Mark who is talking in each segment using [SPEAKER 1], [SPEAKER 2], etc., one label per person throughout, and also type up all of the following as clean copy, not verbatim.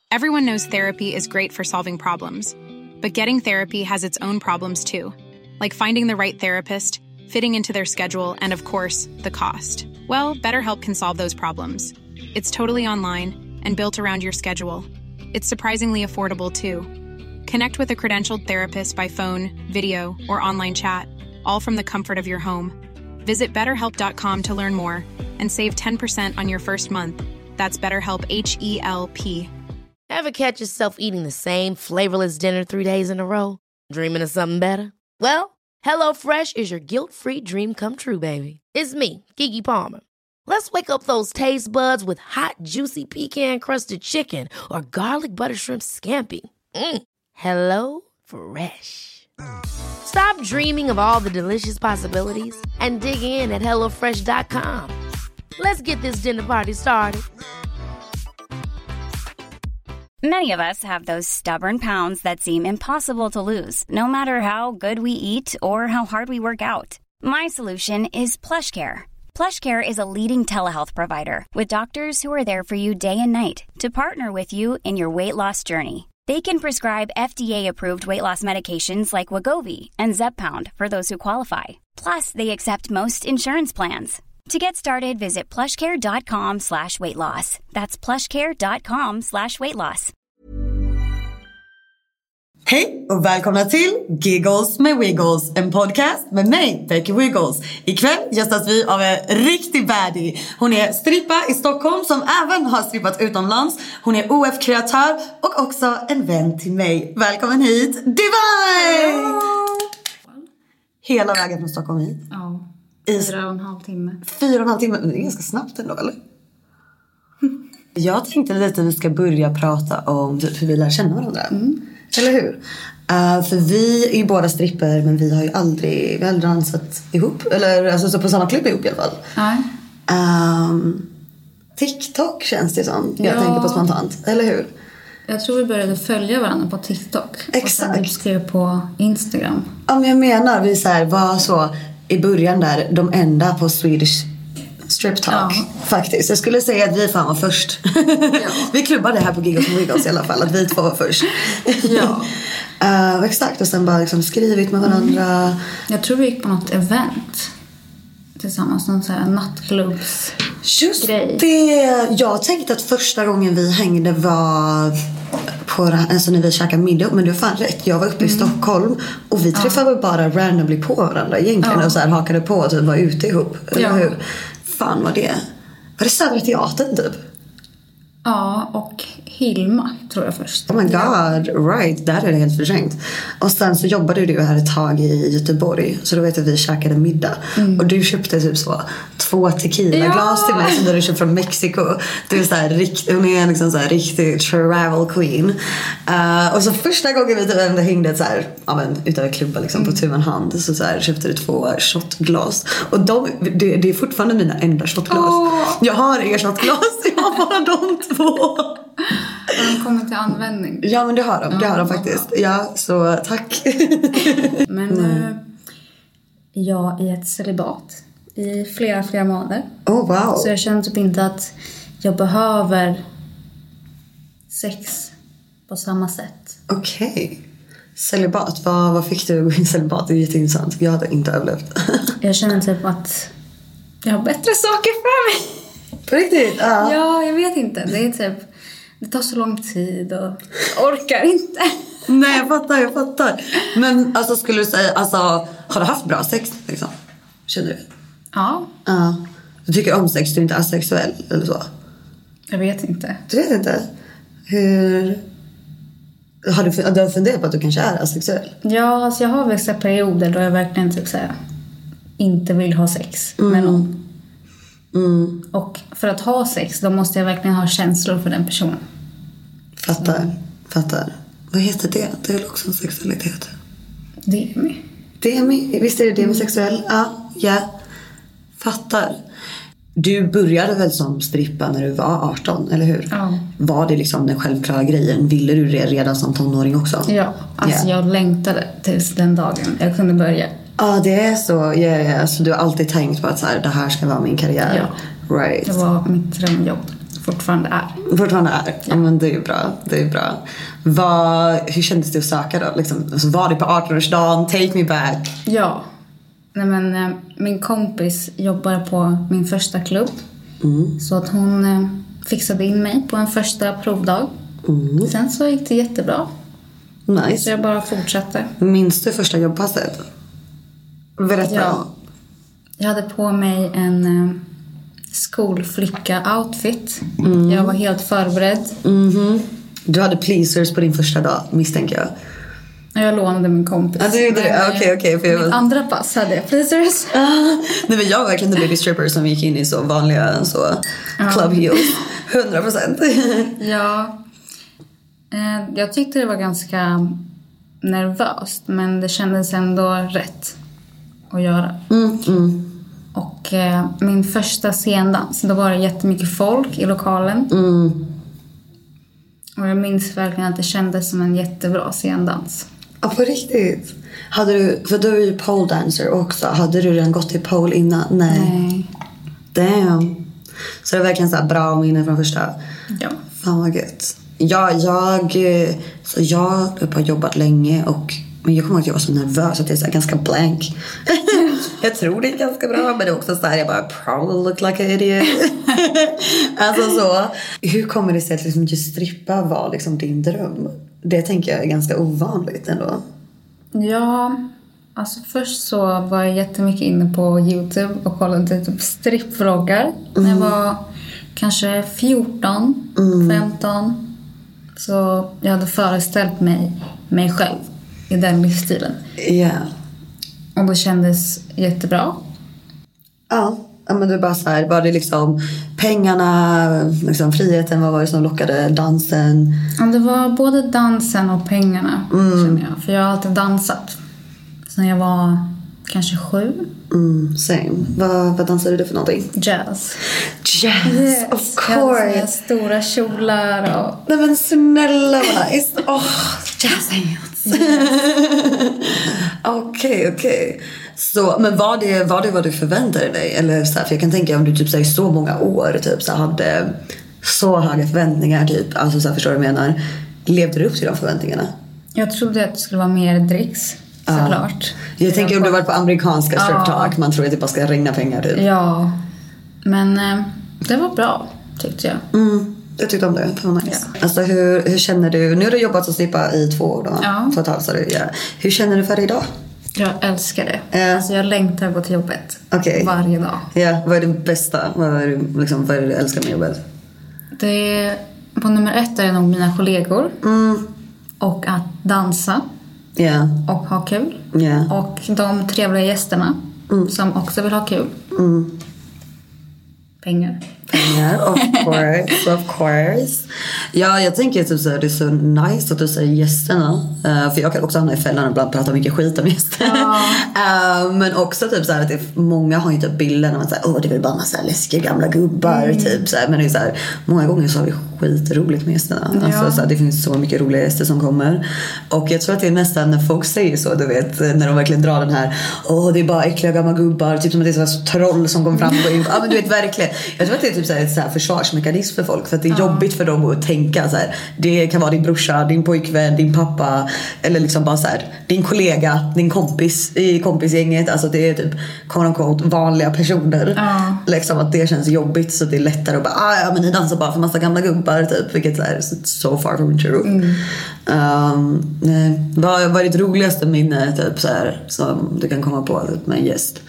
[SPEAKER 1] Everyone knows therapy is great for solving problems, but getting therapy has its own problems too, like finding the right therapist, fitting into their schedule, and of course, the cost. Well, BetterHelp can solve those problems. It's totally online and built around your schedule. It's surprisingly affordable too. Connect with a credentialed therapist by phone, video, or online chat, all from the comfort of your home. Visit BetterHelp.com to learn more and save 10% on your first month. That's BetterHelp, H-E-L-P.
[SPEAKER 2] Ever catch yourself eating the same flavorless dinner 3 days in a row? Dreaming of something better? Well, HelloFresh is your guilt-free dream come true, baby. It's me, Keke Palmer. Let's wake up those taste buds with hot, juicy pecan-crusted chicken or garlic butter shrimp scampi. Hello Fresh. Stop dreaming of all the delicious possibilities and dig in at HelloFresh.com. Let's get this dinner party started.
[SPEAKER 3] Many of us have those stubborn pounds that seem impossible to lose, no matter how good we eat or how hard we work out. My solution is PlushCare. PlushCare is a leading telehealth provider with doctors who are there for you day and night to partner with you in your weight loss journey. They can prescribe FDA-approved weight loss medications like Wegovy and Zepbound for those who qualify. Plus, they accept most insurance plans. To get started, visit plushcare.com/weightloss. That's plushcare.com/weightloss.
[SPEAKER 4] Hej och välkomna till Giggles med Wiggles, en podcast med mig, Becky Wiggles. Ikväll gästas vi av en riktig baddie. Hon är strippa i Stockholm som även har strippat utomlands. Hon är OF-kreatör och också en vän till mig. Välkommen hit, Divine! Hela vägen från Stockholm hit.
[SPEAKER 5] Ja. 4,5 timme.
[SPEAKER 4] 4,5 timme, det är ganska snabbt ändå, eller? Jag tänkte lite att vi ska börja prata om hur vi lär känna varandra. Eller hur? För vi är ju båda stripper, men vi har ju aldrig dansat ihop. Eller alltså så på samma klipp ihop i alla fall.
[SPEAKER 5] Nej.
[SPEAKER 4] TikTok känns det som. Jag tänker på spontant, eller hur?
[SPEAKER 5] Jag tror vi började följa varandra på TikTok.
[SPEAKER 4] Exakt.
[SPEAKER 5] Och sen skrev på Instagram.
[SPEAKER 4] Ja, men jag menar, vi så här, var så i början där de enda på Swedish Strip Talk. Ja. Faktiskt, jag skulle säga att vi fan var först. Ja. Vi klubbade här på Giggles med Wiggles i alla fall, att vi två var först.
[SPEAKER 5] Ja.
[SPEAKER 4] Exakt, och sen bara liksom skrivit med varandra.
[SPEAKER 5] Jag tror vi gick på något event tillsammans, någon sån här nattklubbs.
[SPEAKER 4] Just
[SPEAKER 5] grej.
[SPEAKER 4] Det, jag tänkte att första gången vi hängde var på, alltså när vi käkade middag, men du har fan rätt. Jag var uppe i Stockholm och vi träffade bara randomly på varandra egentligen och så här hakade på och typ var ute ihop. Eller hur? Fan var det? Var det Södra Teatern typ?
[SPEAKER 5] Ja, och Hilma tror jag först.
[SPEAKER 4] Oh my god, right, där är det helt förträngt. Och sen så jobbade du här ett tag i Göteborg. Så då vet jag att vi käkade middag. Och du köpte typ så 2 tequila-glas till mig som du köpte från Mexiko. Du är så här, hon är liksom så här riktig travel queen. Och så första gången vi typ ändå hängde så här, ja men utöver klubba liksom på tu man hand, så här köpte du 2 shotglas. Och det är fortfarande mina enda shotglas. Jag har inga shotglas, jag har bara de 2.
[SPEAKER 5] De kommer till användning.
[SPEAKER 4] Ja, men det har de faktiskt. Ja, så tack.
[SPEAKER 5] Men jag är i ett celibat i flera månader.
[SPEAKER 4] Oh wow.
[SPEAKER 5] Så jag känner typ inte att jag behöver sex på samma sätt.
[SPEAKER 4] Okej. Celibat, vad fick du gå in i celibat? Det är jätteintressant. Jag hade inte överlevt.
[SPEAKER 5] Jag känner typ att jag har bättre saker för mig.
[SPEAKER 4] På riktigt?
[SPEAKER 5] Ja, jag vet inte. Det är typ, det tar så lång tid och jag orkar inte.
[SPEAKER 4] Nej, jag fattar. Men alltså skulle du säga, alltså, har du haft bra sex liksom? Känner du?
[SPEAKER 5] Ja.
[SPEAKER 4] Du tycker om sex, du är inte asexuell eller så?
[SPEAKER 5] Jag vet inte.
[SPEAKER 4] Du vet inte? Hur... Har du funderat på att du kanske är asexuell?
[SPEAKER 5] Ja, alltså jag har vissa perioder då jag verkligen typ såhär inte vill ha sex med någon. Och för att ha sex, då måste jag verkligen ha känslor för den personen.
[SPEAKER 4] Fattar. Vad heter det? Det är också en sexualitet.
[SPEAKER 5] Demi.
[SPEAKER 4] Visst är det demisexuell? Ja. Fattar. Du började väl som strippa när du var 18, eller hur?
[SPEAKER 5] Ja.
[SPEAKER 4] Var det liksom den självklara grejen? Ville du det redan som tonåring också?
[SPEAKER 5] Ja, alltså jag längtade tills den dagen jag kunde börja.
[SPEAKER 4] Ja, det är så. Så du har alltid tänkt på att så här, det här ska vara min karriär.
[SPEAKER 5] Ja.
[SPEAKER 4] Right.
[SPEAKER 5] Det var mitt drömjobb. fortfarande är.
[SPEAKER 4] Fortfarande är? Ja, men det är bra. Det är bra. Hur kändes det att söka då? Liksom, alltså, var det på 18-årsdagen? Take me back.
[SPEAKER 5] Ja. Nej, men min kompis jobbar på min första klubb. Så att hon fixade in mig på en första provdag. Sen så gick det jättebra.
[SPEAKER 4] Nice.
[SPEAKER 5] Så jag bara fortsatte.
[SPEAKER 4] Minns du första jobbpasset? Berätta.
[SPEAKER 5] Ja. Jag hade på mig en skolflicka-outfit. Jag var helt förberedd.
[SPEAKER 4] Du hade pleasers på din första dag, misstänker jag.
[SPEAKER 5] Jag lånade min kompis.
[SPEAKER 4] Okej.
[SPEAKER 5] Mitt andra pass hade jag pleasers.
[SPEAKER 4] Nej, men jag var verkligen en baby stripper som gick in i så vanliga club heels. 100%.
[SPEAKER 5] Ja. Jag tyckte det var ganska nervöst. Men det kändes ändå rätt att göra. Och min första scendans, då var det jättemycket folk i lokalen. Och jag minns verkligen att det kändes som en jättebra scendans.
[SPEAKER 4] Ja, på riktigt. För du är ju pole dancer också. Hade du redan gått till pole innan? Nej. Damn. Så det är verkligen så här bra minne från första.
[SPEAKER 5] Ja.
[SPEAKER 4] Fan vad gött. Jag har jobbat länge men jag kommer ihåg att jag var så nervös att jag är så här ganska blank. Jag tror det är ganska bra, men det är också så här, jag bara probably look like an idiot. Alltså så. Hur kommer det sig att liksom just strippa var liksom din dröm? Det tänker jag är ganska ovanligt ändå.
[SPEAKER 5] Ja, alltså först så var jag jättemycket inne på YouTube och kollade typ strippvloggar. När jag var kanske 14, 15. Så jag hade föreställt mig själv i den livsstilen.
[SPEAKER 4] Ja.
[SPEAKER 5] Och det kändes jättebra.
[SPEAKER 4] Ja, men det är bara så här, var det liksom pengarna, liksom friheten, vad var det som lockade, dansen?
[SPEAKER 5] Ja, det var både dansen och pengarna, känner jag. För jag har alltid dansat sen jag var kanske 7.
[SPEAKER 4] Same. Vad dansade du för någonting?
[SPEAKER 5] Jazz.
[SPEAKER 4] Yes, of course.
[SPEAKER 5] Jag stora kjolar och...
[SPEAKER 4] Nej men snälla, nice. Jazz hands. Okej. Så, men var det vad du förväntade dig? Eller så här, för jag kan tänka om du typ så i så många år typ så hade så höga förväntningar typ, alltså så här, förstår du vad jag menar? Levde du upp till de förväntningarna?
[SPEAKER 5] Jag trodde att det skulle vara mer dricks, såklart.
[SPEAKER 4] Jag tänker om du varit på amerikanska strip talk, man tror att det bara ska regna pengar typ.
[SPEAKER 5] Ja, men det var bra, tyckte jag.
[SPEAKER 4] Jag tyckte om det, det var nice. Ja. Alltså hur känner du, nu har du jobbat som strippa i 2 år då?
[SPEAKER 5] Ja.
[SPEAKER 4] 2,5 sa du, ja. Hur känner du för det idag?
[SPEAKER 5] Jag älskar det. Alltså jag längtar att gå till jobbet varje dag.
[SPEAKER 4] Ja, vad är det bästa? Vad är det du älskar med jobbet?
[SPEAKER 5] Det är, på nummer 1 är det nog mina kollegor. Och att dansa. Och ha kul. Och de trevliga gästerna som också vill ha kul. Pengar, of course. Ja, jag tänker typ så här, det är så nice att du säger gästerna. För jag kan också hamna i fällan och ibland prata mycket skit om gäster. Men också typ så här, att många har ju typ bilden av att säga, det är väl bara massa läskiga gamla gubbar typ så här. Men det är så här, många gånger så har vi skitroligt med gästerna. Alltså, så här, det finns så mycket roliga gäster som kommer. Och jag tror att det är nästan när folk säger så, du vet, när de verkligen drar den här, det är bara äckliga gamla gubbar, typ som att det är så troll som kommer fram och går in. Men du vet verkligen, jag tror att det är typ så här ett så här försvarsmekanism för folk, för att det är jobbigt för dem att tänka så här. Det kan vara din brorsa, din pojkvän, din pappa, eller liksom bara så här, din kollega, din kompis i kompisgänget. Alltså det är typ vanliga personer. Liksom att det känns jobbigt, så det är lättare att bara, men ni dansar bara för massa gamla gubbar typ, vilket så här, so far from true. Vad är ditt roligaste minne typ så här, som du kan komma på typ, med en gäst?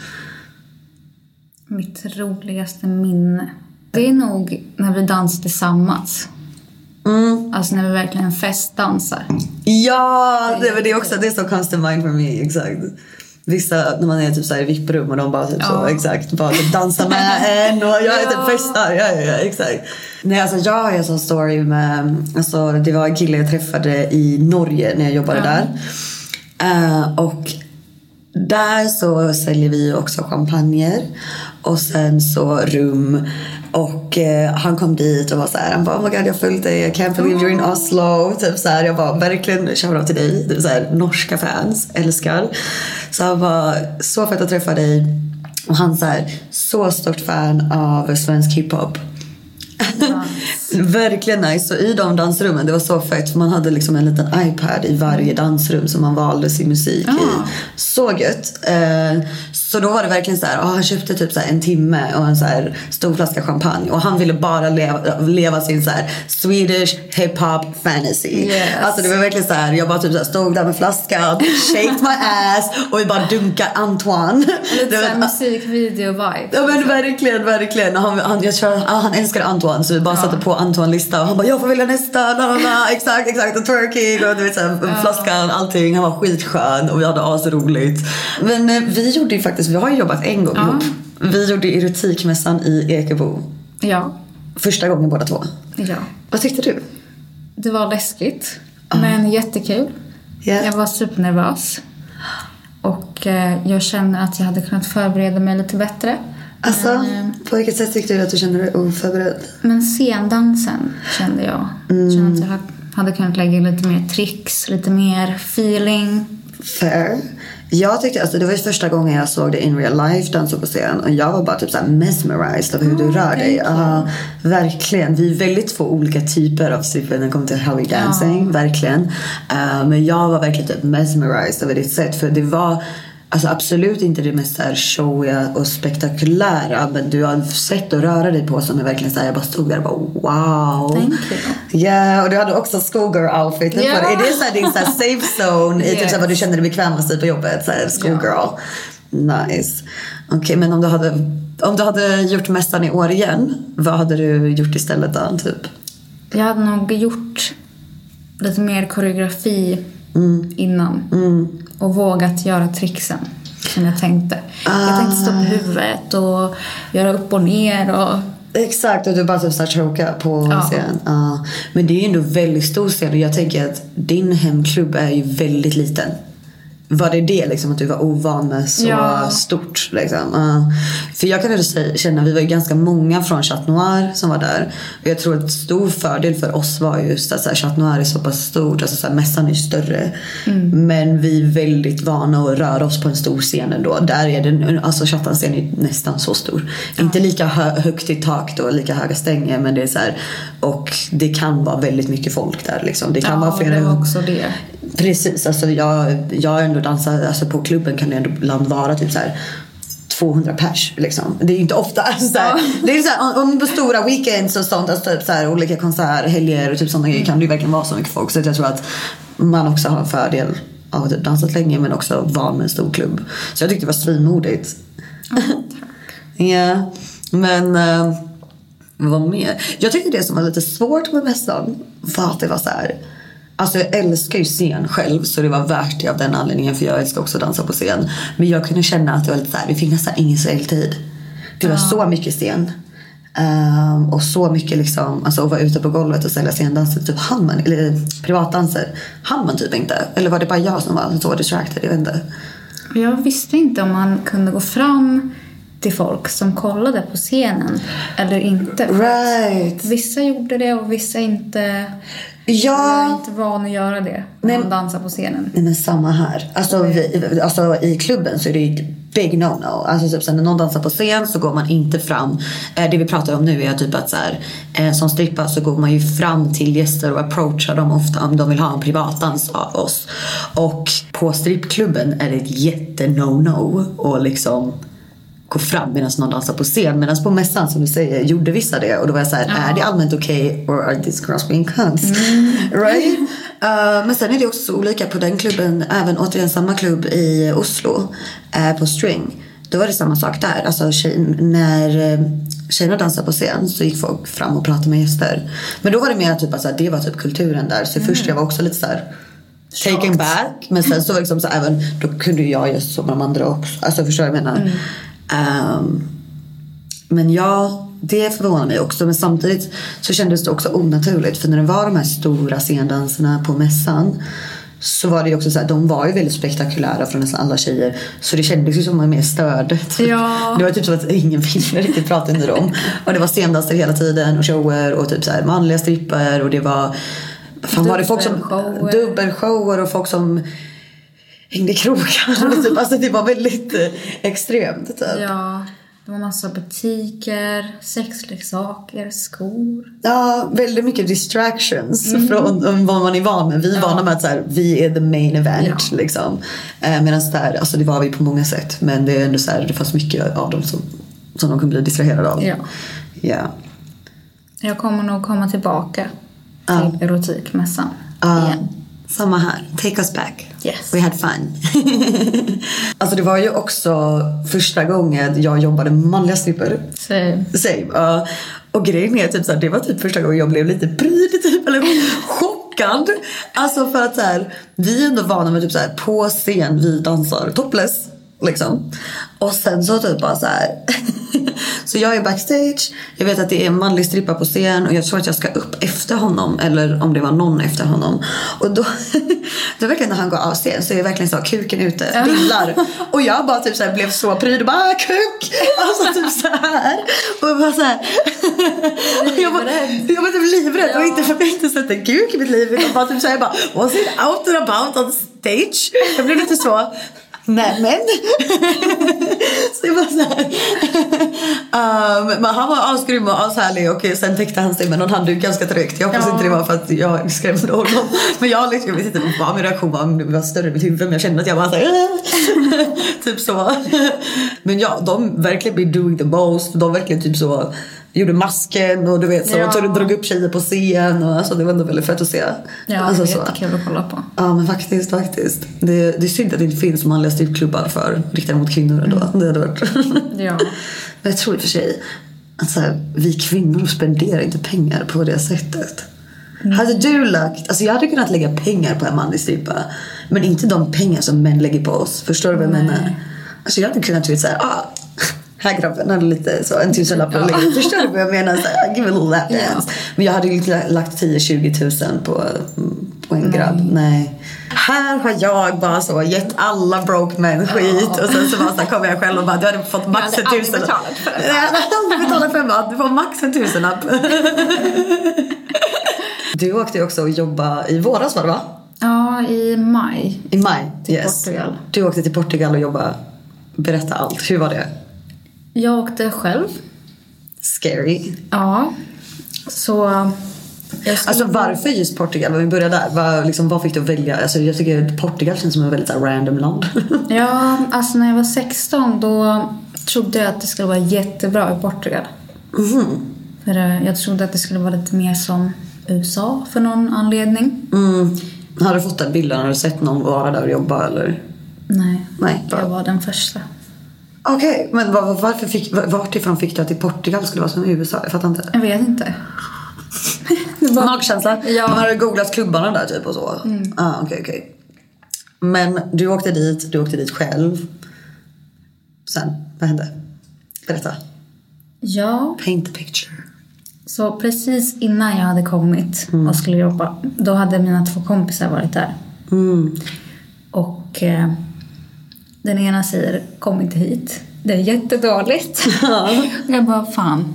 [SPEAKER 5] Mitt roligaste minne, det är nog när vi dansar tillsammans. Alltså när vi verkligen festdansar.
[SPEAKER 4] Ja, det är också, det är så constant mind for me, exakt. Vissa, när man är typ så här i VIP-rum och de bara typ så, exakt, bara typ dansa med en och jag är typ festar, ja, exakt. Nej, alltså jag har en sån story med, alltså det var en kille jag träffade i Norge när jag jobbade där. Och där så säljer vi också champagner och sen så rum. Och han kom dit och var så här, han bara, oh my god, jag har följt dig, I can't believe you're in Oslo typ så här, jag bara, verkligen shoutout till dig, det är så här, norska fans, älskar. Så han var så fett att träffa dig. Och han så här, så stort fan av svensk hiphop.
[SPEAKER 5] Verkligen nice. Så i de dansrummen, det var så fett. För man hade liksom en liten iPad i varje dansrum som man valde sin musik i. Så gött. Så då var det verkligen så här, han köpte typ så här en timme och en så här stor flaska champagne. Och han ville bara leva sin så här Swedish hip-hop fantasy.
[SPEAKER 6] Yes.
[SPEAKER 5] Alltså det var verkligen så här, jag bara typ så här stod där med flaskan, shaked my ass och vi bara dunkade Antoine.
[SPEAKER 6] Lite såhär musikvideo-vibe.
[SPEAKER 5] Ja men verkligen. Han älskade Antoine, så vi bara satte på Antoine-lista och han bara, jag får välja nästa, exakt, och twerking och du vet såhär, flaskan, allting. Han var skitskön och vi hade roligt. Men vi gjorde ju faktiskt, vi har ju jobbat en gång ihop. Vi gjorde erotikmässan i Ekebo.
[SPEAKER 6] Ja.
[SPEAKER 5] Första gången båda två.
[SPEAKER 6] Ja.
[SPEAKER 5] Vad tyckte du?
[SPEAKER 6] Det var läskigt, men jättekul.
[SPEAKER 5] Yeah.
[SPEAKER 6] Jag var supernervös. Och jag känner att jag hade kunnat förbereda mig lite bättre.
[SPEAKER 5] Alltså, på vilket sätt tyckte du att du kände dig oförberedd?
[SPEAKER 6] Men scendansen kände jag. Kände att jag hade kunnat lägga in lite mer tricks, lite mer feeling.
[SPEAKER 5] Fair. Jag tyckte, alltså det var ju första gången jag såg det in real life, dansa på scen. Och jag var bara typ såhär mesmerized av hur du rör dig. Verkligen. Vi är väldigt två olika typer av strippen när det kommer till how we dancing. Verkligen. Men jag var verkligen typ mesmerized över ditt sätt. För det var alltså absolut inte det mest här showiga och spektakulära, men du har sett att röra dig på som är verkligen så här, jag bara stod där och bara wow.
[SPEAKER 6] Thank you.
[SPEAKER 5] Ja, och du hade också schoolgirl outfit. Är det så här din så här safe zone i typ så här, vad du känner dig bekvämast i på jobbet, så här schoolgirl. Nice. Okej, men om du hade gjort mässan i år igen, vad hade du gjort istället då typ?
[SPEAKER 6] Jag hade nog gjort lite mer koreografi innan. Och vågat göra tricksen som jag tänkte. Jag tänkte stå på huvudet och göra upp och ner och...
[SPEAKER 5] Exakt, och du bara typ såhär choka på scen. Men det är ju ändå väldigt stor scen. Och jag tänker att din hemklubb är ju väldigt liten. Var det liksom att du var ovan med så stort liksom? För jag kan känna, vi var ju ganska många från Chat Noir som var där. Och jag tror att stor fördel för oss var just att Chat Noir är så pass stort. Alltså såhär, mässan är ju större. Men vi är väldigt vana att röra oss på en stor scen ändå. Där är det, alltså Chattanscen är nästan så stor. Inte lika högt i tak och lika höga stänger. Men det är så här, och det kan vara väldigt mycket folk där liksom. Det kan vara flera...
[SPEAKER 6] det var också det.
[SPEAKER 5] Precis, alltså jag ändå dansar, alltså på klubben kan det ändå ibland vara typ så här 200 pers liksom. Det är inte ofta så här, det är så här, om på stora weekends och sånt, alltså typ så här olika konserter, helger och typ sådana grejer, kan det ju verkligen vara så mycket folk. Så jag tror att man också har en fördel av att dansat länge, men också van med en stor klubb. Så jag tyckte det var svinmodigt. Ja, men vad mer? Jag tyckte det som var lite svårt med mässan var att det var så här. Alltså jag älskar ju scen själv, så det var värt det av den anledningen, för jag älskar också att dansa på scen. Men jag kunde känna att det var lite såhär, det fick nästan ingen tid. Det var så mycket scen. Och så mycket liksom, alltså att vara ute på golvet och sälja scendanser, typ handman, eller privatdanser, handman typ inte. Eller var det bara jag som var så distracted, jag vet inte.
[SPEAKER 6] Jag visste inte om man kunde gå fram till folk som kollade på scenen eller inte.
[SPEAKER 5] Right.
[SPEAKER 6] Vissa gjorde det och vissa inte. Jag är inte van att göra det när man dansar på scenen.
[SPEAKER 5] Nej, men samma här. Alltså i klubben så är det ju big no-no. Alltså typ så när någon dansar på scen så går man inte fram. Det vi pratar om nu är typ att så här, som strippa så går man ju fram till gäster och approachar dem ofta om de vill ha en privatdans av oss. Och på strippklubben är det ett jätte no-no och liksom gå fram medan någon dansar på scen. Medan på mässan, som du säger, gjorde vissa det. Och då var jag så här, är det allmänt okej? Or are these girls being cunts? Right? Men sen är det också så olika på den klubben. Även återigen samma klubb i Oslo. På String. Då var det samma sak där. Alltså när tjejerna dansade på scen så gick folk fram och pratade med gäster. Men då var det mer typ att det var typ kulturen där. Så först jag var också lite så här taken back. Men sen så liksom så även då kunde jag just som de andra också. Alltså förstår jag menar. Men ja, det förvånar mig också. Men samtidigt så kändes det också onaturligt. För när det var de här stora scendanserna på mässan så var det ju också så här, de var ju väldigt spektakulära från nästan alla tjejer. Så det kändes ju som man mer störde typ. Ja. Det var typ som att ingen ville riktigt prata under dem. Och det var scendanser hela tiden och shower och typ så här manliga stripper. Och det var var det folk som dubbelshower och folk som hängde krogar typ. Alltså det var väldigt extremt typ.
[SPEAKER 6] Ja, Det var massa butiker, sexleksaker, skor.
[SPEAKER 5] Ja, väldigt mycket distractions från vad man är van med. Vi är vana med att så här, vi är the main event liksom. Medan där, alltså det var vi på många sätt. Men det är ändå så här, det fanns mycket av dem som de kunde bli distraherade av. Ja.
[SPEAKER 6] Jag kommer nog komma tillbaka till erotikmässan igen.
[SPEAKER 5] Samma här. Take us back.
[SPEAKER 6] Yes.
[SPEAKER 5] We had fun. Alltså det var ju också första gången jag jobbade med manliga strippor. Same. Och grejen är typ så här, det var typ första gången jag blev lite pryd typ, eller chockad. Alltså för att så här, vi är ändå vana med typ så här, på scen vi dansar topless liksom. Och sen så typ bara så här. Så jag är backstage. Jag vet att det är en manlig strippa på scen. Och jag tror att jag ska upp efter honom. Eller om det var någon efter honom. Och då verkligen när han går av scen, så är jag verkligen så kuken ute, billar. Och jag bara typ så här blev så pryd och bara kuk. Alltså typ så här. Och bara så här. Jag var typ livrädd. Och inte för att jag inte sett en kuk i mitt liv. Utan bara typ så här, jag bara, was it out and about on stage? Jag blev lite så. Nej men så det var så här. Men han var asgrym och ashärlig. Och sen täckte han sig med någon handduk ganska tryggt. Jag hoppas inte det var för att jag skrämde honom. Men jag liksom, vet inte vad min reaktion var större i mitt huvud. Men jag kände att jag bara så här, typ så. Men ja, de verkligen blir doing the most. De verkligen typ så gjorde masken och du vet så, och drog upp tjejer på scen och alltså, det var ändå väldigt fett att se.
[SPEAKER 6] Ja,
[SPEAKER 5] alltså,
[SPEAKER 6] det är jättekul att kolla på.
[SPEAKER 5] Ja, men faktiskt. Det är synd att det inte finns manliga strippklubbar för riktade mot kvinnor ändå. Det hade varit.
[SPEAKER 6] Ja.
[SPEAKER 5] Men jag tror i och för sig att så här, vi kvinnor spenderar inte pengar på det sättet. Hade du lagt, alltså jag hade kunnat lägga pengar på en manlig strippa, men inte de pengar som män lägger på oss. Förstår du vad jag menar? Alltså jag hade kunnat vara så här, här grabben hade lite så en tusenlapp och lägger. Förstår du vad jag menar? Så här, give a little lap dance. Men jag hade ju lagt 10-20 000 på en grabb. Nej. Här har jag bara så gett alla broke män skit. Och sen så bara kom jag själv och bara, du hade fått max 1 000. Jag hade
[SPEAKER 6] betalat för det.
[SPEAKER 5] Jag hade aldrig betalat för det. Du får max 1 000-lapp. Du åkte ju också och jobba i våras, var det va?
[SPEAKER 6] Ja, i maj.
[SPEAKER 5] I maj,
[SPEAKER 6] till Portugal.
[SPEAKER 5] Du åkte till Portugal och jobbade. Berätta allt, hur var det?
[SPEAKER 6] Jag åkte själv.
[SPEAKER 5] Scary.
[SPEAKER 6] Ja. Så
[SPEAKER 5] alltså varför just Portugal? Om vi börjar där. Vad fick du välja? Alltså, jag tycker att Portugal känns som en väldigt random land.
[SPEAKER 6] Ja, alltså när jag var 16 då trodde jag att det skulle vara jättebra i Portugal. För jag trodde att det skulle vara lite mer som USA för någon anledning.
[SPEAKER 5] Har du fått den bilden? Har du sett någon vara där och jobba eller?
[SPEAKER 6] Nej, jag var den första.
[SPEAKER 5] Okej, men vartifrån fick du att i Portugal skulle vara som USA? Jag fattar inte.
[SPEAKER 6] Jag vet inte.
[SPEAKER 5] Magkänsla?
[SPEAKER 6] Ja.
[SPEAKER 5] Man hade googlat klubbarna där typ och så. Okej. Men du åkte dit själv. Sen, vad hände? Berätta.
[SPEAKER 6] Ja.
[SPEAKER 5] Paint the picture.
[SPEAKER 6] Så precis innan jag hade kommit och skulle jobba, då hade mina 2 kompisar varit där. Och den ena säger, kom inte hit. Det är jättedåligt. Jag bara, fan.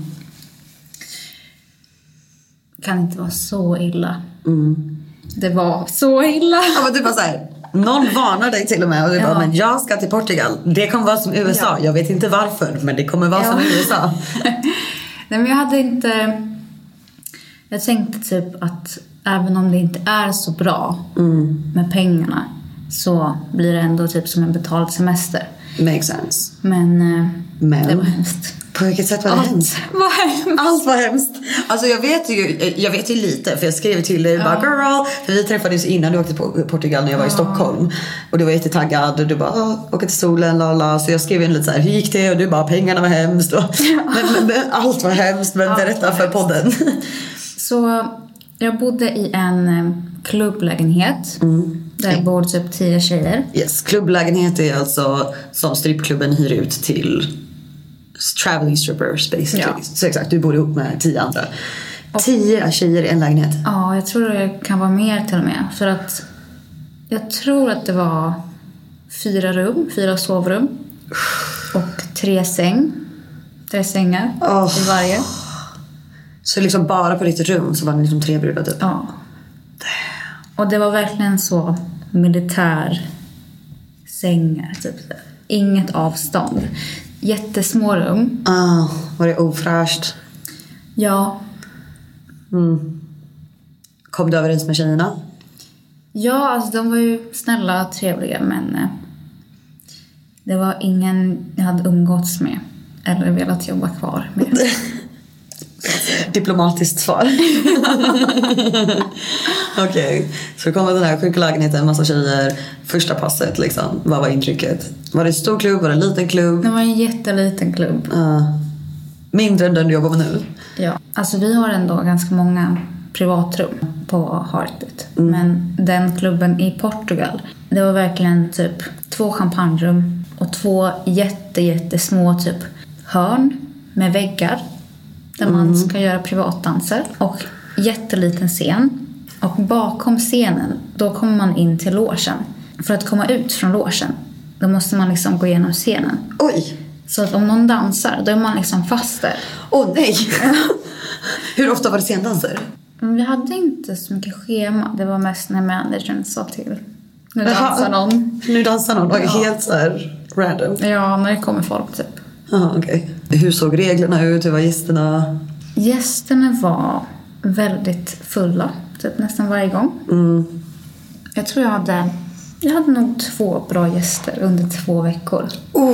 [SPEAKER 6] Kan inte vara så illa. Det var så illa. Ja,
[SPEAKER 5] men du bara så här, någon varnar dig till och med. Och du bara, men jag ska till Portugal. Det kommer vara som USA. Jag vet inte varför, men det kommer vara som USA.
[SPEAKER 6] Nej, men jag hade inte... Jag tänkte typ att även om det inte är så bra med pengarna, så blir det ändå typ som en betald semester.
[SPEAKER 5] Makes sense.
[SPEAKER 6] Men det var hemskt.
[SPEAKER 5] På vilket sätt var det hemskt? Allt var hemskt. Alltså jag vet ju lite, för jag skrev till dig bara, girl, för vi träffades innan du åkte till Portugal när jag var i Stockholm. Och du var jättetaggad och du bara, åka till solen, lala. Så jag skrev in lite så här, hur gick det? Och du bara, pengarna var hemskt. Och, men allt var hemskt, men berätta för podden.
[SPEAKER 6] Så jag bodde i en klubblägenhet. Där bor typ 10 tjejer.
[SPEAKER 5] Yes, klubblägenhet är alltså som strippklubben hyr ut till traveling strippers basically. Ja. Så exakt, du bor ihop med 10 andra. 10 tjejer i en lägenhet.
[SPEAKER 6] Ja, jag tror det kan vara mer till och med. För att jag tror att det var 4 sovrum. Och 3 sängar i varje.
[SPEAKER 5] Så liksom bara på ditt rum så var det liksom 3 brudar typ.
[SPEAKER 6] Ja. Och det var verkligen så militär sängar typ. Inget avstånd. jättesmå rum.
[SPEAKER 5] Var det ofräscht?
[SPEAKER 6] Ja.
[SPEAKER 5] Kom du överens med tjejerna?
[SPEAKER 6] Ja, alltså de var ju snälla och trevliga, men det var ingen jag hade umgåtts med eller velat jobba kvar med.
[SPEAKER 5] Diplomatiskt svar. Okej. Så kom den här sjuka lägenheten, en massa tjejer. Första passet liksom. Vad var intrycket? Var det en stor klubb? Var det en liten klubb?
[SPEAKER 6] Det var en jätteliten klubb.
[SPEAKER 5] Mindre än den du jobbar med nu?
[SPEAKER 6] Ja, alltså vi har ändå ganska månmånga privatrum på Heartbeat. Men den klubben i Portugal, det var verkligen typ 2 champagnerum och 2 jättesmå typ hörn med väggar där man ska göra privatdanser och jätteliten scen. Och bakom scenen, då kommer man in till logen. För att komma ut från logen, då måste man liksom gå igenom scenen.
[SPEAKER 5] Oj!
[SPEAKER 6] Så att om någon dansar, då är man liksom fast där.
[SPEAKER 5] Nej! Hur ofta var det scendanser?
[SPEAKER 6] Vi hade inte så mycket schema. Det var mest när managern sa till. Nu dansar någon.
[SPEAKER 5] Nu dansar någon.
[SPEAKER 6] Ja.
[SPEAKER 5] Helt så här random.
[SPEAKER 6] Ja, när det kommer folk typ.
[SPEAKER 5] Okej. Hur såg reglerna ut? Hur var gästerna?
[SPEAKER 6] Gästerna var väldigt fulla. Typ nästan varje gång. Jag tror jag hade nog 2 bra gäster under 2 veckor.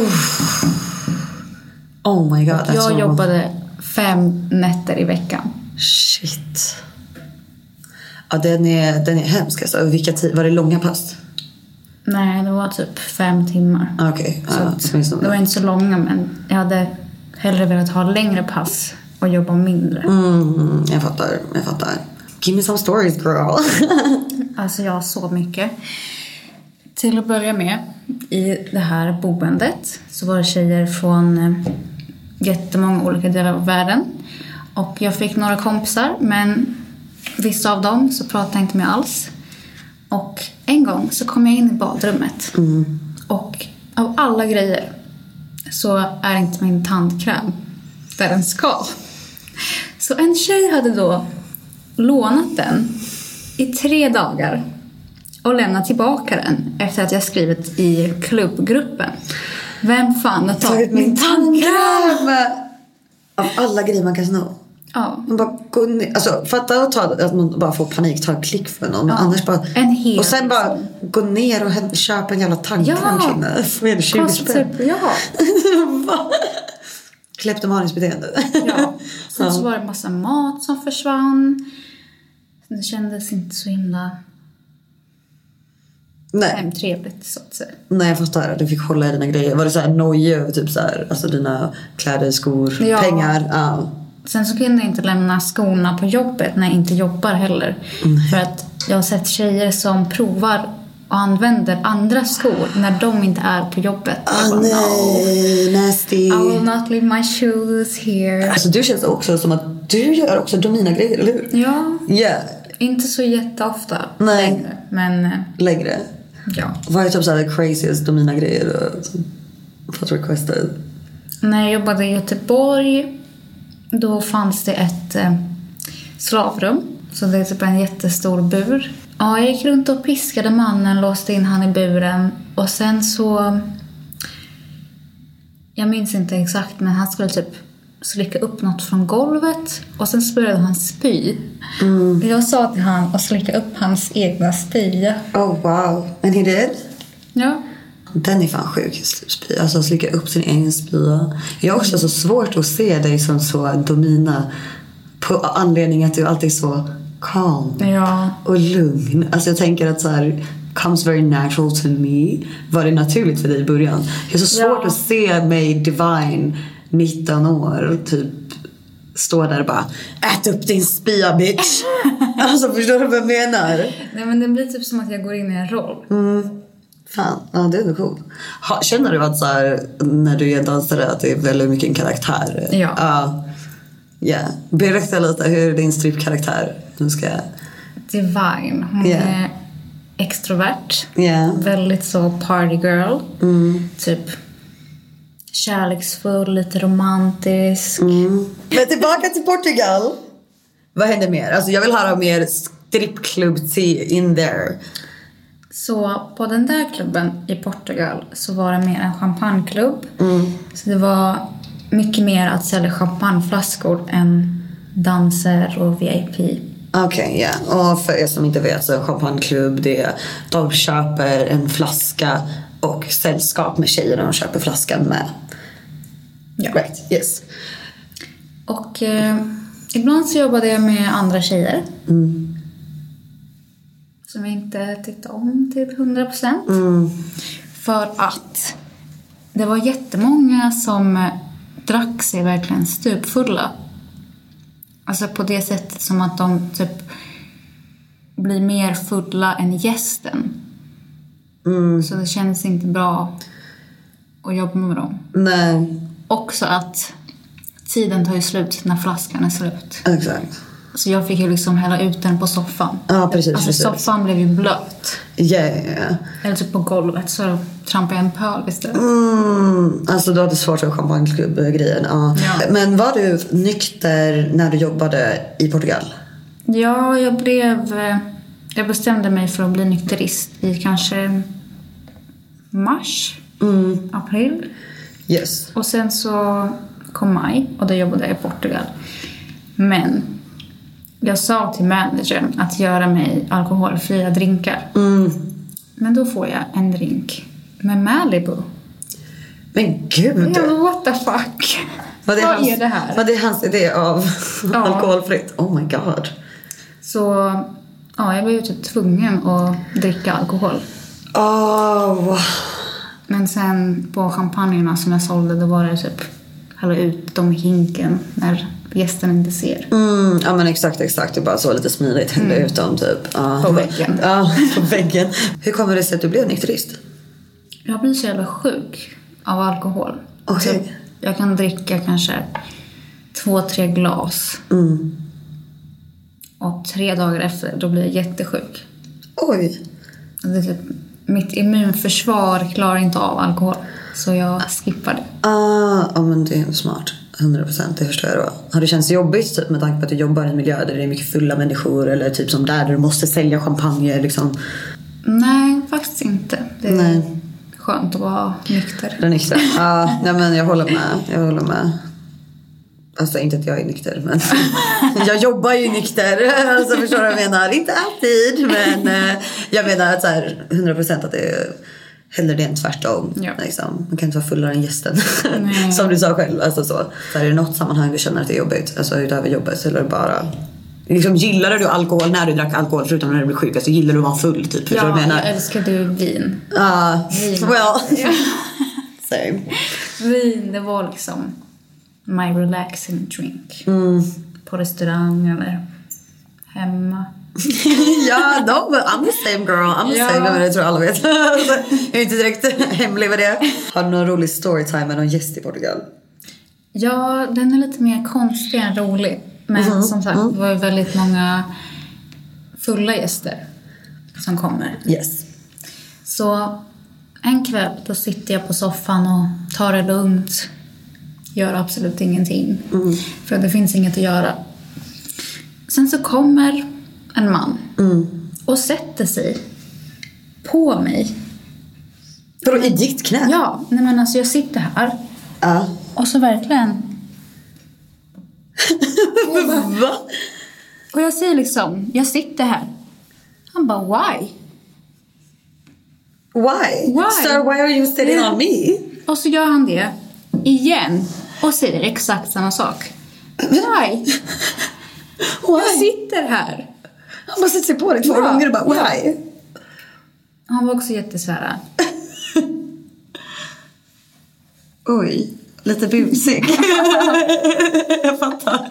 [SPEAKER 5] Oh my god.
[SPEAKER 6] Jag jobbade 5 nätter i veckan.
[SPEAKER 5] Shit. Ja, den är hemsk alltså. Vilka var det långa pass?
[SPEAKER 6] Nej, det var typ 5 timmar.
[SPEAKER 5] Okej.
[SPEAKER 6] Det var inte så långa, men jag hade hellre velat ha längre pass och jobba mindre.
[SPEAKER 5] Jag fattar. Give me some stories, girl.
[SPEAKER 6] Alltså jag så mycket. Till att börja med, i det här boendet så var det tjejer från jättemånga olika delar av världen. Och jag fick några kompisar, men vissa av dem så pratade jag inte med alls. Och en gång så kom jag in i badrummet. Och av alla grejer så är inte min tandkräm där den ska. Så en tjej hade då lånat den i 3 dagar och lämnat tillbaka den efter att jag skrivit i klubbgruppen. Vem fan har tagit min tandkräm?
[SPEAKER 5] Av alla grejer man kan sno.
[SPEAKER 6] Ja.
[SPEAKER 5] Man bara går ner, alltså fatta att man bara får panik, ta en klick för någon. Men annars bara, och sen bara gå ner och köpa en jävla tandkräm, kvinna. För är det 20 spänn?
[SPEAKER 6] Ja.
[SPEAKER 5] Kleptomaniskt beteende.
[SPEAKER 6] Ja. Sen så var det en massa mat som försvann. Det kändes inte så himla trevligt så att säga.
[SPEAKER 5] Nej, jag fattar. Du fick hålla i dina grejer. Var det så här nojig över typ så här, alltså dina kläder, skor, pengar? Ja.
[SPEAKER 6] Sen så kunde jag inte lämna skorna på jobbet när jag inte jobbar heller. För att jag har sett tjejer som provar och använder andra skor när de inte är på jobbet.
[SPEAKER 5] Nej, nasty.
[SPEAKER 6] I will not leave my shoes here.
[SPEAKER 5] Alltså du känns också som att du gör också domina grejer, eller hur?
[SPEAKER 6] Ja.
[SPEAKER 5] Yeah.
[SPEAKER 6] Inte så jätteofta
[SPEAKER 5] längre.
[SPEAKER 6] Men
[SPEAKER 5] längre?
[SPEAKER 6] Ja.
[SPEAKER 5] Vad är typ så här the craziest domina grejer fått requested?
[SPEAKER 6] När jag jobbade i Göteborg, då fanns det ett slavrum. Så det är typ en jättestor bur. Ja, jag gick runt och piskade mannen, låste in han i buren. Och sen så, jag minns inte exakt, men han skulle typ slicka upp något från golvet. Och sen så började han spy. Jag sa till han att slicka upp hans egna spya.
[SPEAKER 5] Oh wow, and he did?
[SPEAKER 6] Ja.
[SPEAKER 5] Den är fan sjuk, spy. Alltså slicka upp sin egen spya. Jag har också så svårt att se dig som så domina på anledning att du alltid är så calm och lugn. Alltså jag tänker att så här comes very natural to me. Var det naturligt för dig i början? Jag har så svårt att se mig divine 19 år typ stå där och bara ät upp din spya, bitch. Alltså förstår du vad jag menar?
[SPEAKER 6] Nej, men det blir typ som att jag går in i en roll.
[SPEAKER 5] Fan, ja, det är nog coolt. Känner du att så här, när du är dansare att det är väldigt mycket en karaktär?
[SPEAKER 6] Ja.
[SPEAKER 5] Berätta lite, hur är din strippkaraktär? Nu ska jag...
[SPEAKER 6] Divine. Hon är extrovert. Väldigt så party girl. Typ kärleksfull, lite romantisk.
[SPEAKER 5] Men tillbaka till Portugal. Vad händer mer? Alltså jag vill höra mer strippklubb in there.
[SPEAKER 6] Så på den där klubben i Portugal så var det mer en champagneklubb. Så det var mycket mer att sälja champagneflaskor än danser och VIP.
[SPEAKER 5] Okej, ja. Och för er som inte vet så en champagneklubb, de köper en flaska och sällskap med tjejerna och köper flaskan med.
[SPEAKER 6] Ja.
[SPEAKER 5] Right, yes.
[SPEAKER 6] Och ibland så jobbade jag med andra tjejer. Som jag inte tyckte om till 100%. För att det var jättemånga som drack sig verkligen stupfulla. Alltså på det sättet som att de typ blir mer fulla än gästen. Så det kändes inte bra att jobba med dem.
[SPEAKER 5] Nej.
[SPEAKER 6] Också att tiden tar ju slut när flaskan är slut.
[SPEAKER 5] Exakt.
[SPEAKER 6] Så jag fick ju liksom hälla ut den på soffan.
[SPEAKER 5] Ja, precis.
[SPEAKER 6] Alltså
[SPEAKER 5] precis.
[SPEAKER 6] soffan blev ju blöt.
[SPEAKER 5] Yeah.
[SPEAKER 6] Eller typ på golvet så trampade jag en pöl istället.
[SPEAKER 5] Alltså du hade svårt för champagneklubb-grejen. Ja. Men var du nykter när du jobbade i Portugal?
[SPEAKER 6] Ja, jag bestämde mig för att bli nykterist i kanske mars, april.
[SPEAKER 5] Yes.
[SPEAKER 6] Och sen så kom maj och då jobbade jag i Portugal. Men jag sa till managern att göra mig alkoholfria drinkar. Men då får jag en drink med Malibu.
[SPEAKER 5] Men gud!
[SPEAKER 6] Ja, what the fuck? Vad är det här?
[SPEAKER 5] Vad är hans idé av alkoholfritt? Oh my god.
[SPEAKER 6] Så ja, jag blev ju typ tvungen att dricka alkohol. Men sen på champagnerna som jag sålde, då var det typ hälla ut dem i hinken när gästen inte ser.
[SPEAKER 5] Ja men exakt. Det bara så lite smidigt hälla ut dem typ.
[SPEAKER 6] På väggen.
[SPEAKER 5] Ja, på väggen. Hur kommer det sig att du blev nykterist?
[SPEAKER 6] Jag blir så jävla sjuk av alkohol.
[SPEAKER 5] Okej.
[SPEAKER 6] Så jag kan dricka kanske 2-3 glas. Och 3 dagar efter, då blir jag jättesjuk.
[SPEAKER 5] Oj.
[SPEAKER 6] Det är typ, mitt immunförsvar klarar inte av alkohol. Så jag skippar det.
[SPEAKER 5] Ja men det är smart. 100%, det förstår jag då. Har det känts jobbigt typ, med tanke på att du jobbar i en miljö där det är mycket fulla människor? Eller typ som där du måste sälja champagne liksom?
[SPEAKER 6] Nej, faktiskt inte. Det är skönt att vara nykter.
[SPEAKER 5] Den nykter. Ja, nej, men jag håller med. Alltså inte att jag är nykter, men jag jobbar ju nykter. Alltså förstår du vad jag menar? Inte alltid, men jag menar att så här, 100% att det är hellre det än tvärtom.
[SPEAKER 6] Ja.
[SPEAKER 5] Liksom. Man kan inte vara fullare än gästen. Som du sa själv. Alltså, så är det något sammanhang du känner att det är jobbigt? Alltså utöver jobbet, eller bara... Liksom, gillade du alkohol när du drack alkohol förutom när du blev sjuk? Alltså gillade du att vara full typ? Förstår du vad jag menar?
[SPEAKER 6] Jag älskade ju vin.
[SPEAKER 5] Well, same.
[SPEAKER 6] Vin, det var liksom my relaxing drink. På restaurang eller hemma.
[SPEAKER 5] Ja, I'm the same girl. I'm the same, men det tror alla vet. Jag är inte direkt hemlig med det. Har du någon rolig storytime med någon gäst i Portugal?
[SPEAKER 6] Ja, den är lite mer konstig än rolig. Men som sagt, det var ju väldigt många fulla gäster som kommer.
[SPEAKER 5] Yes.
[SPEAKER 6] Så en kväll då sitter jag på soffan och tar det lugnt. Gör absolut ingenting. För det finns inget att göra. Sen så kommer en man och sätter sig på mig.
[SPEAKER 5] Vadå, i ditt knä?
[SPEAKER 6] Ja, nej men alltså jag sitter här. Och så verkligen...
[SPEAKER 5] Va?
[SPEAKER 6] Och jag säger liksom, jag sitter här. Han bara, why?
[SPEAKER 5] Sir, why are you sitting on me?
[SPEAKER 6] Och så gör han det igen och säger exakt samma sak. Why? Jag sitter här.
[SPEAKER 5] Han bara sätter sig på dig 2 gånger och bara, why?
[SPEAKER 6] Han var också jättesvära.
[SPEAKER 5] Oj, lite busig. Jag fattar.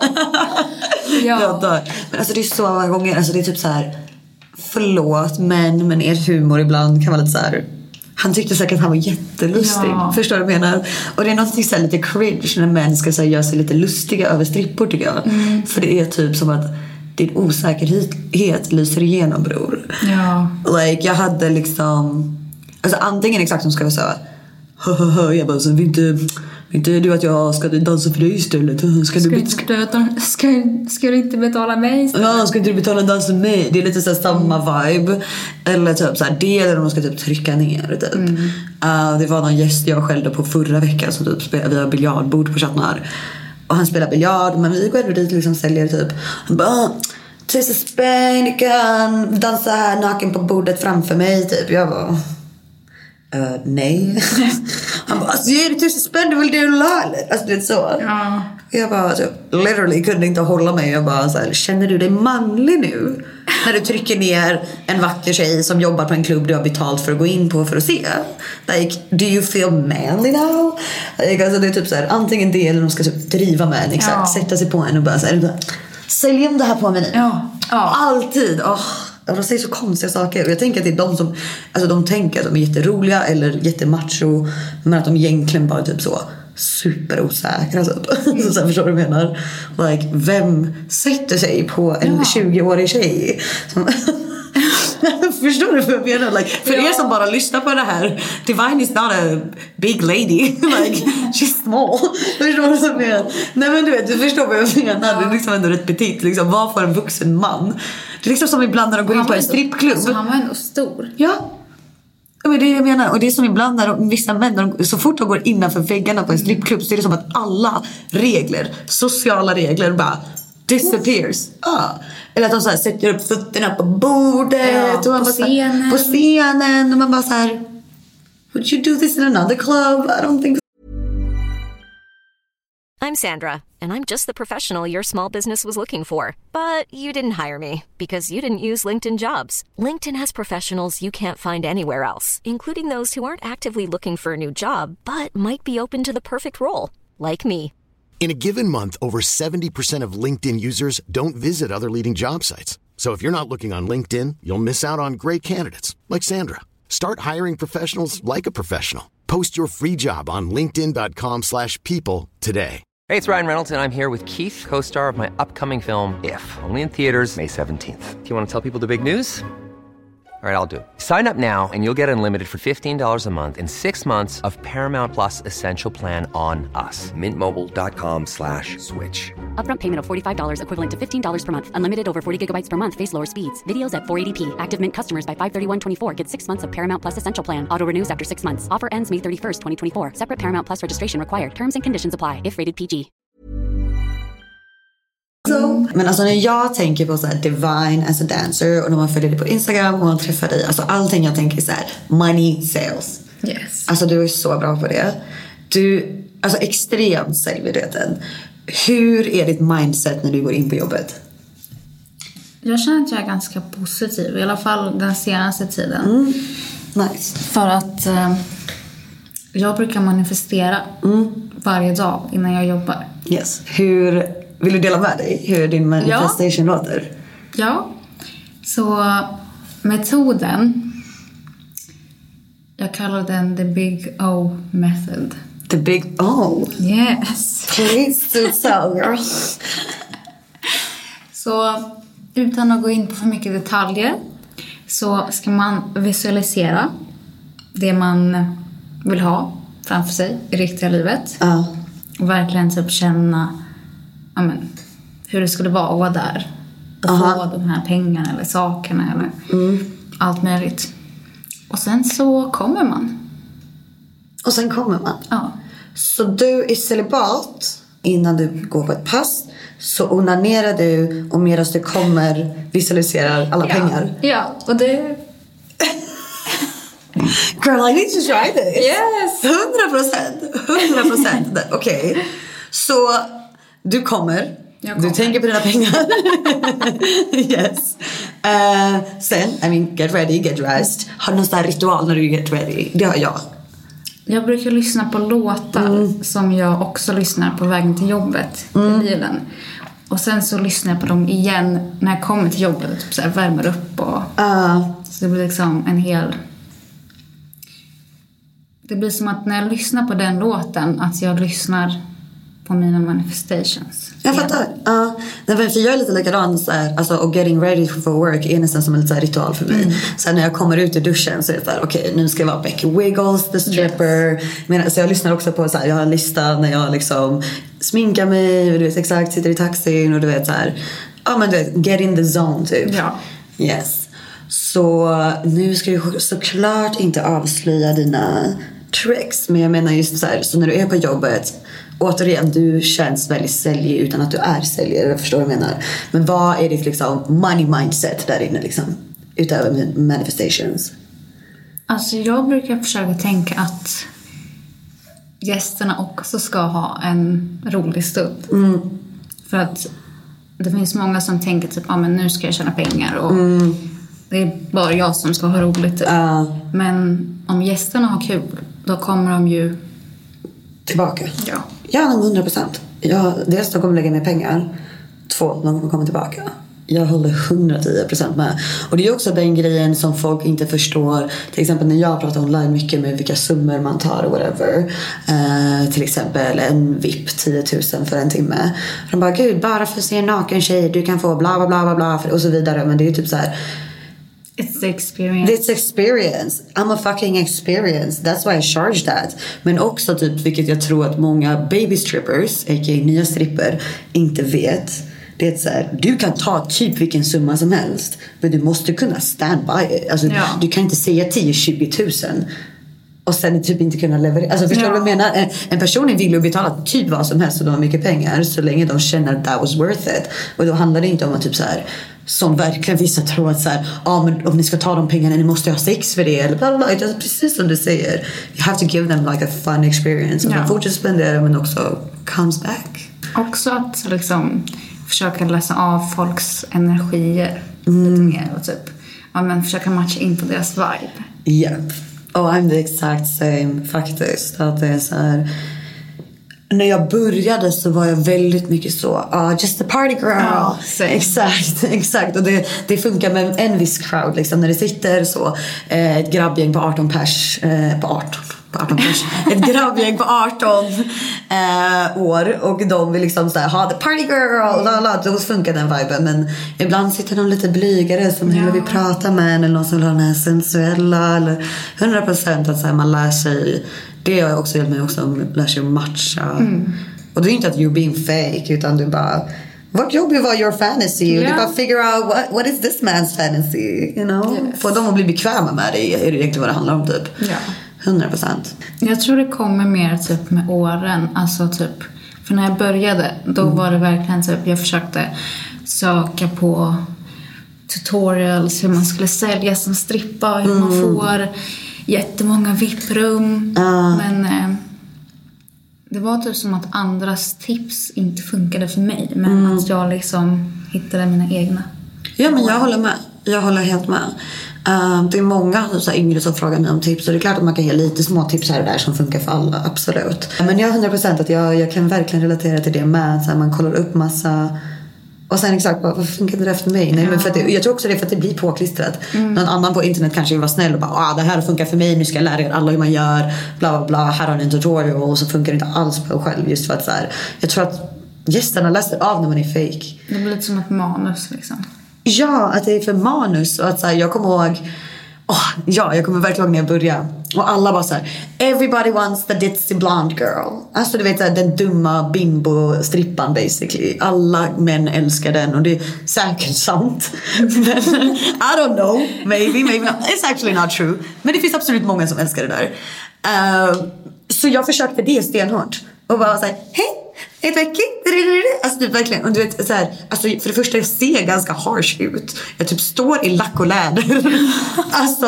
[SPEAKER 5] Jag dör. Men alltså det är så många gånger, alltså det är typ så här, förlåt, men er humor ibland kan vara lite så här. Han tyckte säkert att han var jättelustig. Förstår du vad jag menar? Och det är något så här lite cringe när män ska så här, göra sig lite lustiga över strippor tycker jag. För det är typ som att din osäkerhet lyser igenom, bror.
[SPEAKER 6] Ja.
[SPEAKER 5] Like, jag hade liksom... Alltså antingen exakt som ska vi säga, Jag bara, så vill inte du att jag ska dansa för dig istället?
[SPEAKER 6] Ska du inte betala mig istället?
[SPEAKER 5] Ja, ska inte du betala dansa för mig? Det är lite så här samma vibe. Eller typ så här, det är när man ska typ trycka ner typ. Det var någon gäst jag skällde på förra veckan som typ spelade, vi har biljardbord på Chattnar. Och han spelar biljard, men vi går dit liksom säljer typ. Han bara, 1000 spänn, du kan dansa här naken på bordet framför mig typ. Jag bara, nej. Han bara, alltså ger du 1000 spänn, du vill det eller? Alltså det är så.
[SPEAKER 6] Ja.
[SPEAKER 5] Jag bara, alltså, literally kunde inte hålla mig. Jag bara så här, känner du dig manlig nu? När du trycker ner en vacker tjej som jobbar på en klubb du har betalt för att gå in på för att se. Like, do you feel manly now? Like, alltså det är typ så här, antingen det eller de ska typ driva med en, exakt. Sätta sig på en och bara så här, sälj in det här på mig nu.
[SPEAKER 6] Ja.
[SPEAKER 5] Alltid. De säger så konstiga saker. Och jag tänker att det är de som, alltså de tänker att de är jätteroliga eller jättemacho, men att de egentligen bara typ så superosäkra typ. Så förstår du vad jag menar? Like, vem sätter sig på en 20-årig tjej som förstår du vad jag menar? Like, för er som bara lyssnar på det här, Divine is not a big lady. Like, she's small. Förstår du vad jag menar? Nej men du förstår vad jag menar. Det är liksom ändå rätt petit. Liksom, vad får en vuxen man? Det är liksom som ibland när de går in på en strippklubb.
[SPEAKER 6] Alltså, han var ändå stor.
[SPEAKER 5] Ja. Men det är det jag menar. Och det är som ibland när vissa män, så fort de går innanför väggarna på en strippklubb, så är det som att alla regler, sociala regler bara disappears. Eller att de så här sätter upp fötterna på bordet och man
[SPEAKER 6] på scenen.
[SPEAKER 5] På scenen och man bara så här, would you do this in another club? I don't think so.
[SPEAKER 7] I'm Sandra, and I'm just the professional your small business was looking for. But you didn't hire me because you didn't use LinkedIn Jobs. LinkedIn has professionals you can't find anywhere else, including those who aren't actively looking for a new job, but might be open to the perfect role, like me.
[SPEAKER 8] In a given month, over 70% of LinkedIn users don't visit other leading job sites. So if you're not looking on LinkedIn, you'll miss out on great candidates like Sandra. Start hiring professionals like a professional. Post your free job on linkedin.com/people today.
[SPEAKER 9] Hey, it's Ryan Reynolds, and I'm here with Keith, co-star of my upcoming film, If, only in theaters May 17th. Do you want to tell people the big news? All right, I'll do it. Sign up now and you'll get unlimited for $15 a month and 6 months of Paramount Plus Essential Plan on us. MintMobile.com/switch.
[SPEAKER 10] Upfront payment of $45 equivalent to $15 per month. Unlimited over 40 gigabytes per month. Face lower speeds. Videos at 480p. Active Mint customers by 531.24 get 6 months of Paramount Plus Essential Plan. Auto renews after 6 months. Offer ends May 31st, 2024. Separate Paramount Plus registration required. Terms and conditions apply if rated PG.
[SPEAKER 5] Men alltså när jag tänker på så här Divine as a dancer och när man följer dig på Instagram och man träffar dig, alltså allting jag tänker så här money sales.
[SPEAKER 6] Yes.
[SPEAKER 5] Alltså du är så bra på det. Du, alltså extremt säljmedveten. Hur är ditt mindset när du går in på jobbet?
[SPEAKER 6] Jag känner att jag är ganska positiv, i alla fall den senaste tiden.
[SPEAKER 5] Nice.
[SPEAKER 6] För att jag brukar manifestera varje dag innan jag jobbar.
[SPEAKER 5] Yes. Hur vill du dela med dig hur din manifestation låter?
[SPEAKER 6] Ja. Så metoden, jag kallar den the big O method.
[SPEAKER 5] The big O?
[SPEAKER 6] Yes.
[SPEAKER 5] Please do tell, girl.
[SPEAKER 6] Så utan att gå in på för mycket detaljer så ska man visualisera det man vill ha framför sig i riktiga livet. Och verkligen typ känna hur det skulle vara att vara där och få de här pengarna eller sakerna eller allt möjligt. Och sen så kommer man.
[SPEAKER 5] Och sen kommer man?
[SPEAKER 6] Ja.
[SPEAKER 5] Så du är celibat innan du går på ett pass, så onanerar du och medan du kommer visualiserar alla pengar?
[SPEAKER 6] Ja, och det...
[SPEAKER 5] Girl, I need to try this.
[SPEAKER 6] Yes.
[SPEAKER 5] 100%. Okej. Så du kommer. Du tänker på dina pengar. Yes. Sen, get ready, get dressed. Har du någon sån här ritual när du get ready? Det har jag.
[SPEAKER 6] Jag brukar lyssna på låtar som jag också lyssnar på vägen till jobbet i bilen. Och sen så lyssnar jag på dem igen när jag kommer till jobbet. Typ så här, värmer upp och... Så det blir liksom en hel... Det blir som att när jag lyssnar på den låten att jag lyssnar på mina manifestations.
[SPEAKER 5] Jag fattar. För jag är lite likadan så här, alltså, och getting ready for work är nästan som en lite ritual för mig. Sen när jag kommer ut ur duschen så är det så här, okej, nu ska jag vara Becky Wiggles, the stripper. Men, så jag lyssnar också på så här, jag har en lista när jag liksom sminkar mig, du vet exakt, sitter i taxin och du vet så här, men du vet, get in the zone typ.
[SPEAKER 6] Ja.
[SPEAKER 5] Yes. Så nu ska du såklart inte avslöja dina tricks, men jag menar just så här, så när du är på jobbet, återigen, du känns väldigt säljig utan att du är säljare, jag förstår vad jag menar. Men vad är ditt liksom money mindset där inne liksom, utöver manifestations?
[SPEAKER 6] Alltså jag brukar försöka tänka att gästerna också ska ha en rolig stund. För att det finns många som tänker typ, men nu ska jag tjäna pengar och det är bara jag som ska ha roligt typ. Men om gästerna har kul, då kommer de ju
[SPEAKER 5] tillbaka.
[SPEAKER 6] Ja,
[SPEAKER 5] 100%. Dels de kommer lägga ner pengar. 2, de kommer komma tillbaka. Jag håller 110% med. Och det är också den grejen som folk inte förstår. Till exempel när jag pratar online mycket med vilka summor man tar och whatever. Till exempel en VIP 10 000 för en timme. De bara, gud, bara för att se en naken tjej du kan få bla bla bla bla bla och så vidare. Men det är ju typ så här.
[SPEAKER 6] It's the experience.
[SPEAKER 5] It's experience. I'm a fucking experience. That's why I charge that. Men också typ, vilket jag tror att många baby strippers, a.k.a. nya stripper, inte vet. Det är så här, du kan ta typ vilken summa som helst, men du måste kunna stand by it. Alltså, du kan inte säga 10-20 000 och sen typ inte kunna leverera. Alltså förstår du vad jag menar? En person är villig att betala typ vad som helst och de har mycket pengar så länge de känner att that was worth it. Och då handlar det inte om att typ så här, som verkligen vissa tror att så här, men om ni ska ta de pengarna ni måste ha sex för det eller bla bla bla. Precis som du säger, you have to give them like a fun experience och de fortsätter spendera men också comes back.
[SPEAKER 6] Också att liksom försöka läsa av folks energier lite mer och typ men försöka matcha in på deras vibe.
[SPEAKER 5] Yep. I'm the exact same faktiskt. Att det är så här, när jag började så var jag väldigt mycket så just a party girl. Exakt. Och det funkar med en viss crowd liksom, när det sitter så ett grabbgäng på 18 pers ett grabbgäng på 18 år och de vill liksom såhär ha the party girl då funkar den viben. Men ibland sitter de lite blygare som hur vi pratar med en eller någon som vill ha den här sensuella eller 100% att så här, man lär sig. Det har jag också hjälpt mig också, lär sig att matcha. Och det är inte att you're being fake utan du bara what jobb var your fantasy? Du bara figure out what is this man's fantasy, you know? Få dem att bli bekväma med det är det egentligen vad det handlar om typ. 100%.
[SPEAKER 6] Jag tror det kommer mer typ med åren. Alltså typ, för när jag började då var det verkligen typ, jag försökte söka på tutorials hur man skulle sälja som strippa, hur man får jättemånga VIP-rum. Men det var typ som att andras tips inte funkade för mig, men att jag liksom hittade mina egna.
[SPEAKER 5] Ja, men jag håller med. Jag håller helt med. Det är många så här, yngre som frågar mig om tips. Och det är klart att man kan ge lite små tips här och där som funkar för alla, absolut. Men jag har 100% att jag kan verkligen relatera till det med. Så här, man kollar upp massa. Och sen exakt, vad funkar det efter mig? Nej, men för att jag tror också det är för att det blir påklistrat. Någon annan på internet kanske vill vara snäll och bara, det här funkar för mig, nu ska jag lära er alla hur man gör, bla bla bla, här har ni en tutorial. Och så funkar det inte alls på själv, just för att så här, jag tror att gästerna läser av när man är fake.
[SPEAKER 6] Det blir lite som ett manus liksom.
[SPEAKER 5] Ja, att det är för manus. Och att så här, jag kommer ihåg jag kommer verkligen ihåg när jag började. Och alla bara så här, everybody wants the ditzy blonde girl. Alltså du vet så här, den dumma bimbo-strippan basically. Alla män älskar den. Och det är säkert sant. I don't know, maybe not. It's actually not true. Men det finns absolut många som älskar det där. Så jag försökte det stenhårt. Och bara så här, hej, ett vecka. Alltså typ verkligen. Och du vet så här, alltså för det första jag ser ganska harsh ut. Jag typ står i lack och läder. Alltså,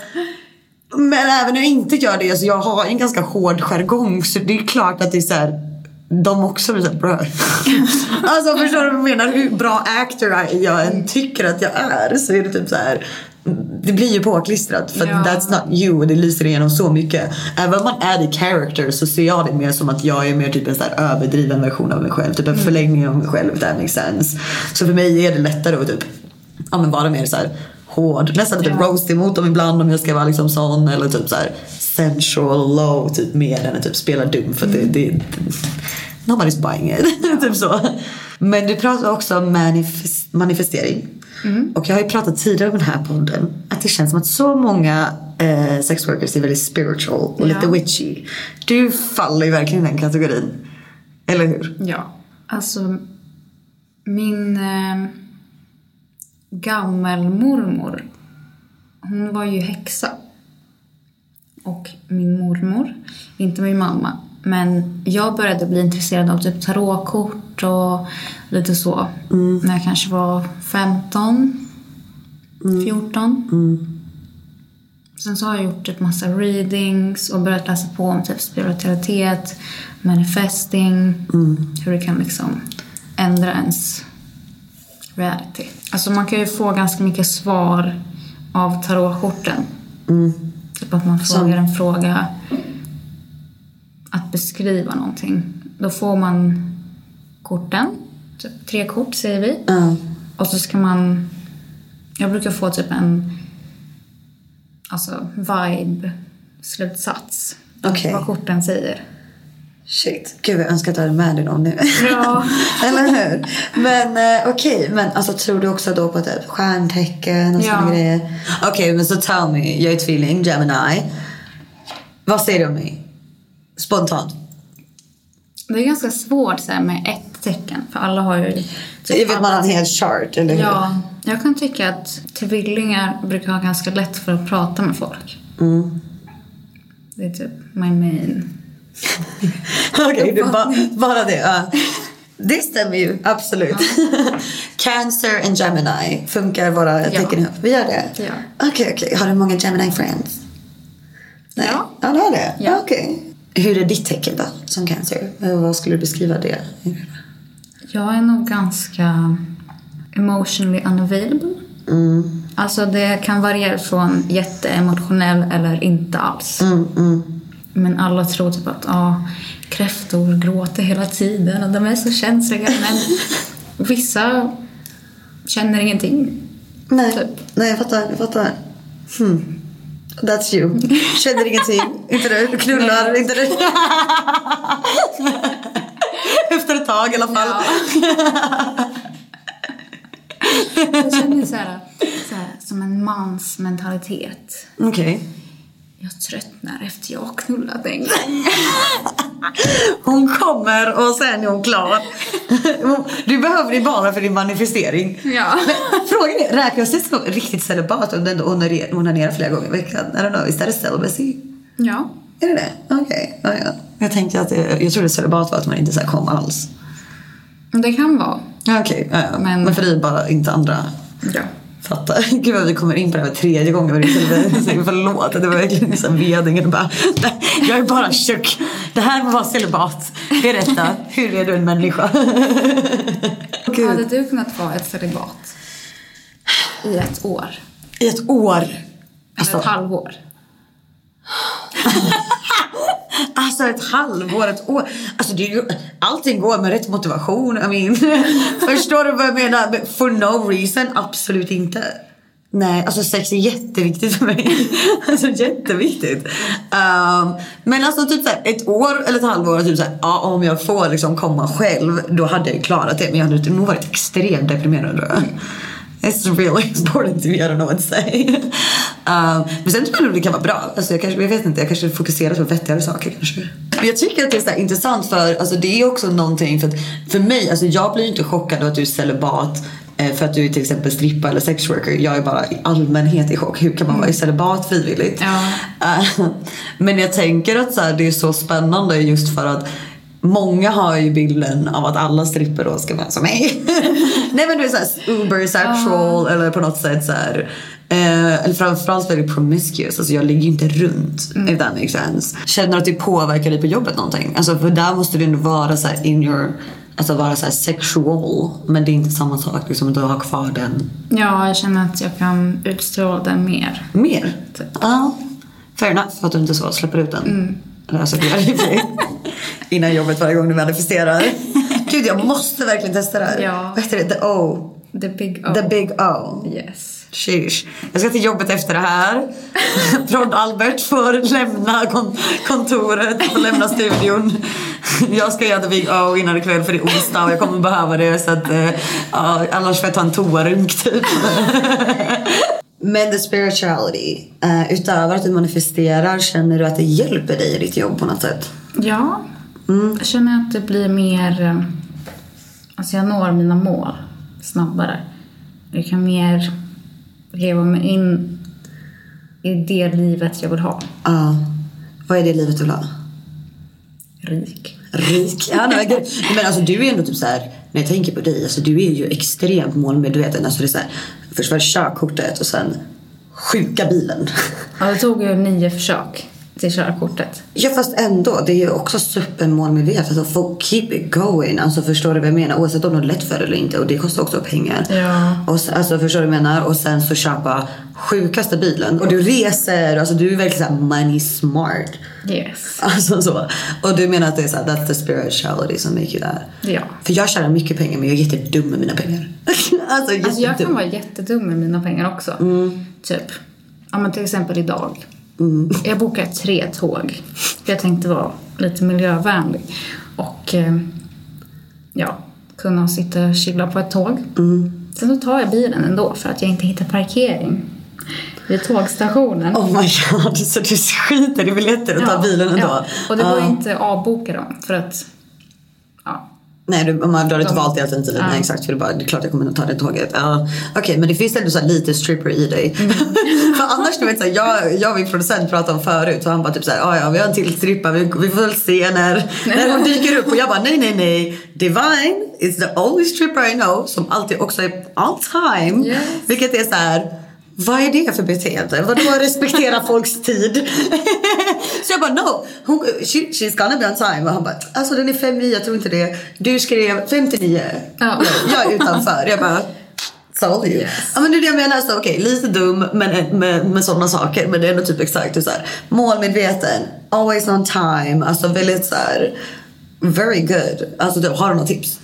[SPEAKER 5] men även när jag inte gör det, alltså jag har en ganska hård jargong, så det är klart att det är så här, de också blir så här, bra. Alltså förstår du vad jag menar? Hur bra actor jag än tycker att jag är, så är det typ så här, det blir ju påklistrat för that's not you, och det lyser igenom så mycket. Även om man är i character så ser jag det mer som att jag är mer typ en så här överdriven version av mig själv, typ en förlängning av mig själv, if that makes sense. Så för mig är det lättare att typ men vara mer så här hård, nästan lite roast emot dem ibland om jag ska vara liksom sån, eller typ så här sensual low typ mer än att typ spela dum, för nobody's buying it. Typ så. Men du pratar också om manifestering. Och jag har ju pratat tidigare om den här podden att det känns som att så många sex workers är väldigt spiritual och lite witchy. Du faller ju verkligen i den kategorin. Eller hur?
[SPEAKER 6] Ja, alltså min gammelmormor, hon var ju häxa. Och min mormor, inte min mamma, men jag började bli intresserad av typ tarotkort och lite så när jag kanske var 15, 14. Sen så har jag gjort ett massa readings och börjat läsa på om typ spiritualitet, manifesting, hur det kan liksom ändra ens reality. Alltså man kan ju få ganska mycket svar av tarotkorten. Typ att man frågar en fråga att beskriva någonting. Då får man korten, typ 3 kort säger vi. Och så ska man, jag brukar få typ en vibe-slutsats.
[SPEAKER 5] Okay.
[SPEAKER 6] Vad korten säger.
[SPEAKER 5] Shit, gud jag önskar att jag hade med dig någon nu.
[SPEAKER 6] Ja.
[SPEAKER 5] Eller hur? Men okej, men alltså tror du också då på typ stjärntecken och sådana grejer? Okej, men så tell me, jag är tvilling, Gemini. Vad säger du om mig? Spontant.
[SPEAKER 6] Det är ganska svårt så här, med ett tecken, för alla har ju
[SPEAKER 5] typ, jag vet man har en hel chart, eller hur?
[SPEAKER 6] Ja, jag kan tycka att tvillingar brukar ha ganska lätt för att prata med folk. Det är typ my main.
[SPEAKER 5] Okej, det bara det. Det stämmer ju, absolut. Cancer and Gemini funkar våra tecken ihop. Vi gör det?
[SPEAKER 6] Ja.
[SPEAKER 5] Okej. Har du många Gemini friends? Nej. Ja, du har det?
[SPEAKER 6] Ja.
[SPEAKER 5] Okej. Hur är ditt tecken då, som Cancer? Vad skulle du beskriva det?
[SPEAKER 6] Jag är nog ganska emotionally unavailable. Alltså det kan variera från jätteemotionell eller inte alls. Men alla tror typ att kräftor gråter hela tiden och de är så känsliga. Men vissa känner ingenting.
[SPEAKER 5] Nej,
[SPEAKER 6] typ.
[SPEAKER 5] Nej, jag fattar. That's you. Känner ingenting. Inte du knullar, inte du. Efter ett tag i alla fall.
[SPEAKER 6] Ja. Jag känner så här som en mans mentalitet.
[SPEAKER 5] Okej.
[SPEAKER 6] Jag tröttnar efter jag har knullat en gång.
[SPEAKER 5] Hon kommer och sen är hon klar. Du behöver det bara för din manifestering.
[SPEAKER 6] Ja.
[SPEAKER 5] Men frågan är, räknas det som riktigt celibat om du ändå onanerar flera gånger i veckan? I don't know, is that a celibacy?
[SPEAKER 6] Ja.
[SPEAKER 5] Är det det? Okej. Ja. Jag tänkte att jag trodde celibat var att man inte så här kom alls.
[SPEAKER 6] Det kan vara.
[SPEAKER 5] Okej. Men för dig bara inte andra.
[SPEAKER 6] Ja.
[SPEAKER 5] Fattar. Gud vad vi kommer in på det här 3:e gången. Förlåt, det var verkligen så vedingen. Jag är bara tjock. Det här var celibat. Berätta, hur är du en människa?
[SPEAKER 6] Hade du kunnat vara ett celibat i ett år?
[SPEAKER 5] I ett år?
[SPEAKER 6] Alltså ett halvår?
[SPEAKER 5] Alltså ett halvår, ett år. Alltså det är ju, allting går med rätt motivation. Förstår du vad jag menar? For no reason, absolut inte. Nej, alltså sex är jätteviktigt för mig. Alltså jätteviktigt. Men alltså typ såhär, ett år eller ett halvår typ såhär, om jag får liksom komma själv, då hade jag klarat det. Men jag hade nog varit extremt deprimerad. It's really important to me, I don't know what to say. Men sen tror jag det kan vara bra. Alltså jag vet inte, jag kanske fokuserar på vettigare saker kanske. Men jag tycker att det är så här intressant för alltså det är också någonting för mig, alltså jag blir inte chockad av att du är celibat för att du är till exempel strippa eller sexworker. Jag är bara i allmänhet i chock. Hur kan man vara i celibat frivilligt? Men jag tänker att så här, det är så spännande just för att många har ju bilden av att alla stripper då ska vara som mig. Nej men du är såhär uber sexual eller på något sätt såhär eller framförallt väldigt promiscuous. Alltså jag ligger ju inte runt if that makes sense. Känner du att det påverkar dig på jobbet någonting? Alltså för där måste du ändå vara såhär in your, alltså vara såhär sexual. Men det är inte samma sak liksom att du har kvar den.
[SPEAKER 6] Ja, jag känner att jag kan utstråla den mer.
[SPEAKER 5] Mer? Typ. Ja, fair enough för att du inte så släpper ut den. Alltså det är det innan jobbet varje gång du manifesterar. Gud, jag måste verkligen testa det här.
[SPEAKER 6] Ja.
[SPEAKER 5] Vad heter det? The O.
[SPEAKER 6] The big O.
[SPEAKER 5] The big O.
[SPEAKER 6] Yes.
[SPEAKER 5] Sheesh. Jag ska till jobbet efter det här. Från Albert får lämna kontoret och lämna studion. Jag ska göra the big O innan ikväll för det är onsdag och jag kommer behöva det. Så att, annars får jag ta en toarunk typ. Men the spirituality, utöver att du manifesterar, känner du att det hjälper dig i ditt jobb på något sätt?
[SPEAKER 6] Ja, jag känner att det blir mer... Alltså jag når mina mål snabbare. Jag kan mer leva mig in i det livet jag vill ha.
[SPEAKER 5] Vad är det livet du vill ha?
[SPEAKER 6] Rik.
[SPEAKER 5] Ja, men alltså du är ändå typ så här, när jag tänker på dig, alltså du är ju extremt målmedveten. Alltså det är så här, först var det körkortet och sen sjuka bilen.
[SPEAKER 6] Ja, det tog ju 9 försök till körkortet.
[SPEAKER 5] Ja, fast ändå, det är ju också supermålmedvetet. Alltså folk keep it going. Alltså förstår du vad jag menar? Oavsett om det är lätt för det eller inte. Och det kostar också pengar.
[SPEAKER 6] Ja.
[SPEAKER 5] Och så, alltså förstår du vad jag menar? Och sen så köpa sjukaste bilen. Och du reser, alltså du är verkligen såhär money smart.
[SPEAKER 6] Yes.
[SPEAKER 5] Alltså så. Och du menar att det är såhär, that's the spirituality som make you that.
[SPEAKER 6] Ja.
[SPEAKER 5] För jag tjänar mycket pengar men jag är jättedum med mina pengar.
[SPEAKER 6] alltså jag kan vara jättedum med mina pengar också. Typ, ja men till exempel idag. Jag bokade 3 tåg. För jag tänkte vara lite miljövänlig. Och kunna sitta och chilla på ett tåg. Sen så tar jag bilen ändå för att jag inte hittar parkering vid tågstationen.
[SPEAKER 5] Oh my god, så du skiter i biljetter och tar bilen ändå.
[SPEAKER 6] Ja. Och det går inte att avboka dem för att
[SPEAKER 5] nej, du har inte valt helt enkelt. Nej, exakt, för det är klart jag kommer att ta det tåget. Okej, men det finns ändå så lite stripper i dig. För annars, du vet, så jag och min producent pratade om förut. Så han bara typ så här, vi har en till strippa. Vi får väl se när hon dyker upp. Och jag bara, nej. Divine is the only stripper I know som alltid också är on time. Yes. Vilket är så här... Vad är det för beteende? Vadå respektera folks tid? Så jag bara, no, she's gonna be on time. Och han bara, alltså den är 5-9, jag tror inte det. Du skrev 59. Ja. Jag är utanför. Jag bara, told you. Yes. Ja, men det är det jag menar. Så, okej, lite dum med sådana saker. Men det är ändå typ exakt så här, målmedveten, always on time. Alltså väldigt så här, very good. Alltså har du några tips?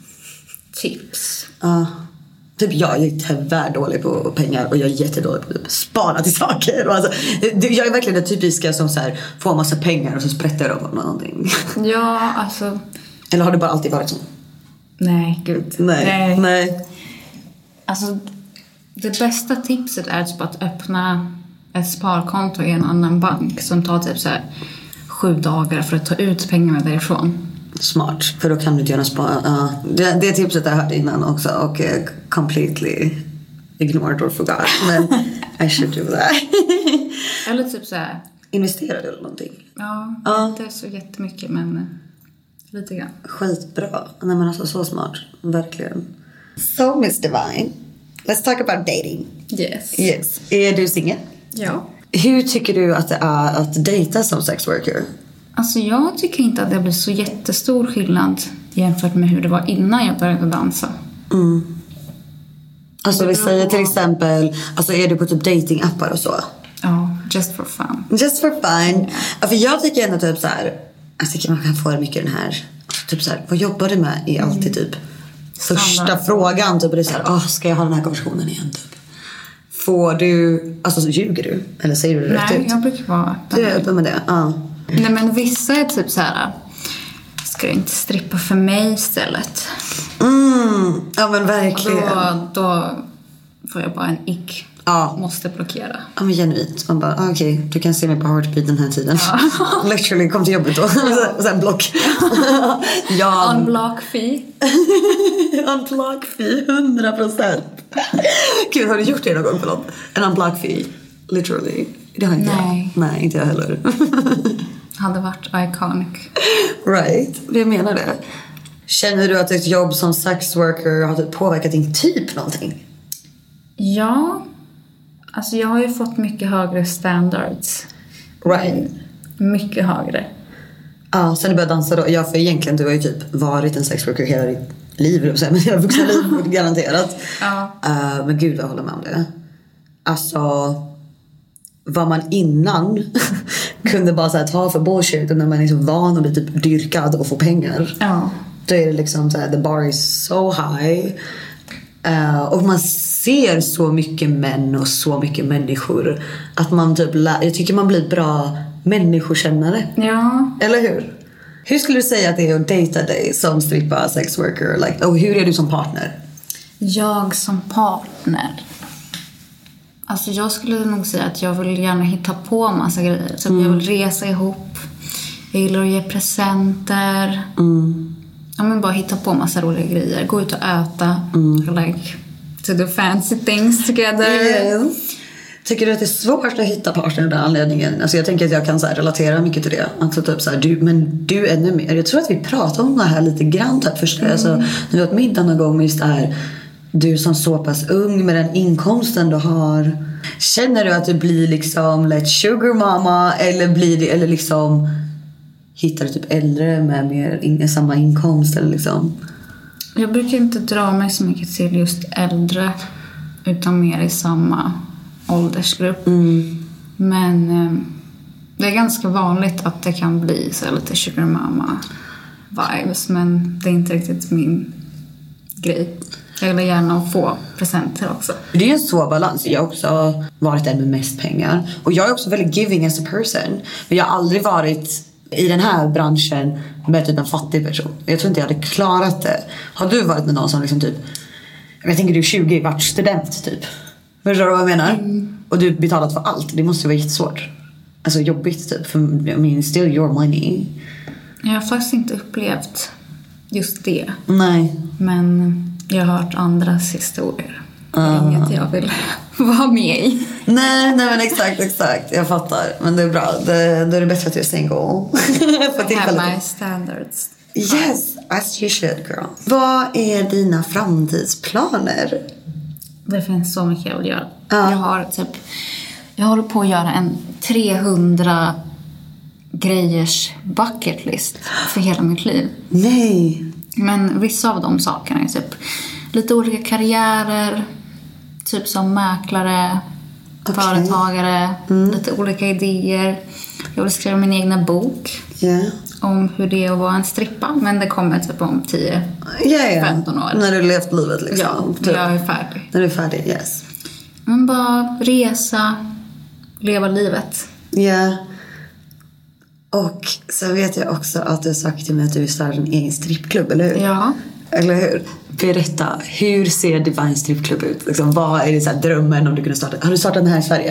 [SPEAKER 6] Tips?
[SPEAKER 5] Typ jag är tyvärr dålig på pengar och jag är jättedålig på att spara till saker. Alltså, jag är verkligen den typiska som så här, får en massa pengar och så sprättar jag dem någonting.
[SPEAKER 6] Ja, alltså...
[SPEAKER 5] Eller har det bara alltid varit så?
[SPEAKER 6] Nej, gud.
[SPEAKER 5] Nej.
[SPEAKER 6] Alltså, det bästa tipset är typ att öppna ett sparkonto i en annan bank som tar typ så här 7 dagar för att ta ut pengarna därifrån.
[SPEAKER 5] Smart, för då kan du gärna spara. Det tipset jag hörde innan också och completely ignored or forgot. Men I should do that.
[SPEAKER 6] Eller typ så här.
[SPEAKER 5] Investera du eller någonting?
[SPEAKER 6] Ja, inte så jättemycket men lite grann.
[SPEAKER 5] Skitbra. Nej men alltså så smart, verkligen. So Miss Divine, let's talk about dating. Yes. Är du singel?
[SPEAKER 6] Ja.
[SPEAKER 5] Hur tycker du att det är att dejta som sex worker?
[SPEAKER 6] Alltså jag tycker inte att det blir så jättestor skillnad jämfört med hur det var innan jag började dansa.
[SPEAKER 5] Alltså vi säger till exempel, alltså är du på typ datingappar och så?
[SPEAKER 6] Ja, just for fun.
[SPEAKER 5] Just for fun. Yeah. Ja, för jag tycker ändå typ så här, alltså man kan få mycket den här, typ så här, vad jobbar du med är alltid typ första frågan, typ det är så här, ska jag ha den här konversationen igen typ? Får du, alltså så ljuger du? Eller säger du det rätt ut?
[SPEAKER 6] Nej, jag brukar vara
[SPEAKER 5] du är öppen med det,
[SPEAKER 6] Nej men vissa är typ så här, ska du inte strippa för mig istället?
[SPEAKER 5] Ja men verkligen.
[SPEAKER 6] Då får jag bara en ick. Måste blockera.
[SPEAKER 5] Ja men genuint. Man bara, okej, du kan se mig på Heartbeat den här tiden. Literally, kom till jobbet då. Och sen block.
[SPEAKER 6] Unblock fee.
[SPEAKER 5] Unblock fee, 100%. Gud, har du gjort det någon gång för något? En unblock fee, literally. Det har inte jag. Nej, inte jag heller.
[SPEAKER 6] Hade varit iconic.
[SPEAKER 5] Right, jag menar det. Känner du att ett jobb som sex worker har påverkat din typ någonting?
[SPEAKER 6] Ja. Alltså jag har ju fått mycket högre standards.
[SPEAKER 5] Right.
[SPEAKER 6] Mycket högre.
[SPEAKER 5] Ja, sen du började dansa då. Ja, för egentligen du har ju typ varit en sex worker hela ditt liv. Men hela vuxna liv, garanterat. Men gud, jag håller med om det. Alltså... vad man innan kunde bara så här, ta för bullshit, och när man är så van att bli typ dyrkad och få pengar, då är det liksom så här, the bar is so high, och man ser så mycket män och så mycket människor att man typ jag tycker man blir bra människokännare.
[SPEAKER 6] Ja.
[SPEAKER 5] Eller hur? Hur skulle du säga att det är att dejta dig som strippa, sex worker? Like, och hur är du som partner?
[SPEAKER 6] Jag som partner? Alltså jag skulle nog säga att jag vill gärna hitta på massa grejer. Så jag vill resa ihop. Jag gillar att ge presenter. Ja, men bara hitta på massa roliga grejer. Gå ut och äta. Like to do fancy things together.
[SPEAKER 5] Yes. Tycker du att det är svårt att hitta partner av den anledningen? Alltså jag tänker att jag kan så här relatera mycket till det. Alltså typ så här, du ännu mer. Jag tror att vi pratar om det här lite grann typ först. Alltså, nu åt middag någon gång just är du som så pass ung med den inkomsten du har. Känner du att du blir liksom like sugar mama eller blir det, eller liksom hittar du typ äldre med mer samma inkomst eller liksom?
[SPEAKER 6] Jag brukar inte dra mig så mycket till just äldre utan mer i samma åldersgrupp. Men det är ganska vanligt att det kan bli så lite sugar mama vibes, men det är inte riktigt min grej. Jag vill gärna få presenter också.
[SPEAKER 5] Det är en svår balans. Jag har också varit den med mest pengar. Och jag är också väldigt giving as a person. Men jag har aldrig varit i den här branschen med typ en fattig person. Jag tror inte jag hade klarat det. Har du varit med någon som liksom typ... Jag tänker du är 20, varit student typ. Förstår du vad jag menar? Och du betalat för allt. Det måste ju vara jättesvårt. Alltså jobbigt typ. För I mean, still your money.
[SPEAKER 6] Jag har faktiskt inte upplevt just det.
[SPEAKER 5] Nej.
[SPEAKER 6] Men jag har hört andras historier. Inget jag vill vara med i.
[SPEAKER 5] Nej men exakt. Jag fattar. Men det är bra. Då är det bättre att du är single.
[SPEAKER 6] I have my standards.
[SPEAKER 5] Yes, as you should, girl. Vad är dina framtidsplaner?
[SPEAKER 6] Det finns så mycket jag vill göra. Jag håller på att göra en 300 grejers bucket list för hela mitt liv.
[SPEAKER 5] Nej.
[SPEAKER 6] Men vissa av de sakerna är typ lite olika karriärer, typ som mäklare, företagare, lite olika idéer. Jag vill skriva min egna bok om hur det är att vara en strippa, men det kommer typ om 10-15 år.
[SPEAKER 5] När du levt livet liksom.
[SPEAKER 6] Ja, jag är färdig.
[SPEAKER 5] När du är färdig, yes.
[SPEAKER 6] Men bara resa, leva livet.
[SPEAKER 5] Ja. Och så vet jag också att du har sagt till mig att du vill starta en egen strippklubb, eller hur?
[SPEAKER 6] Ja.
[SPEAKER 5] Eller hur? Berätta, hur ser Divine Stripklubb ut? Liksom, vad är det så här drömmen om du kunde starta? Har du startat den här i Sverige?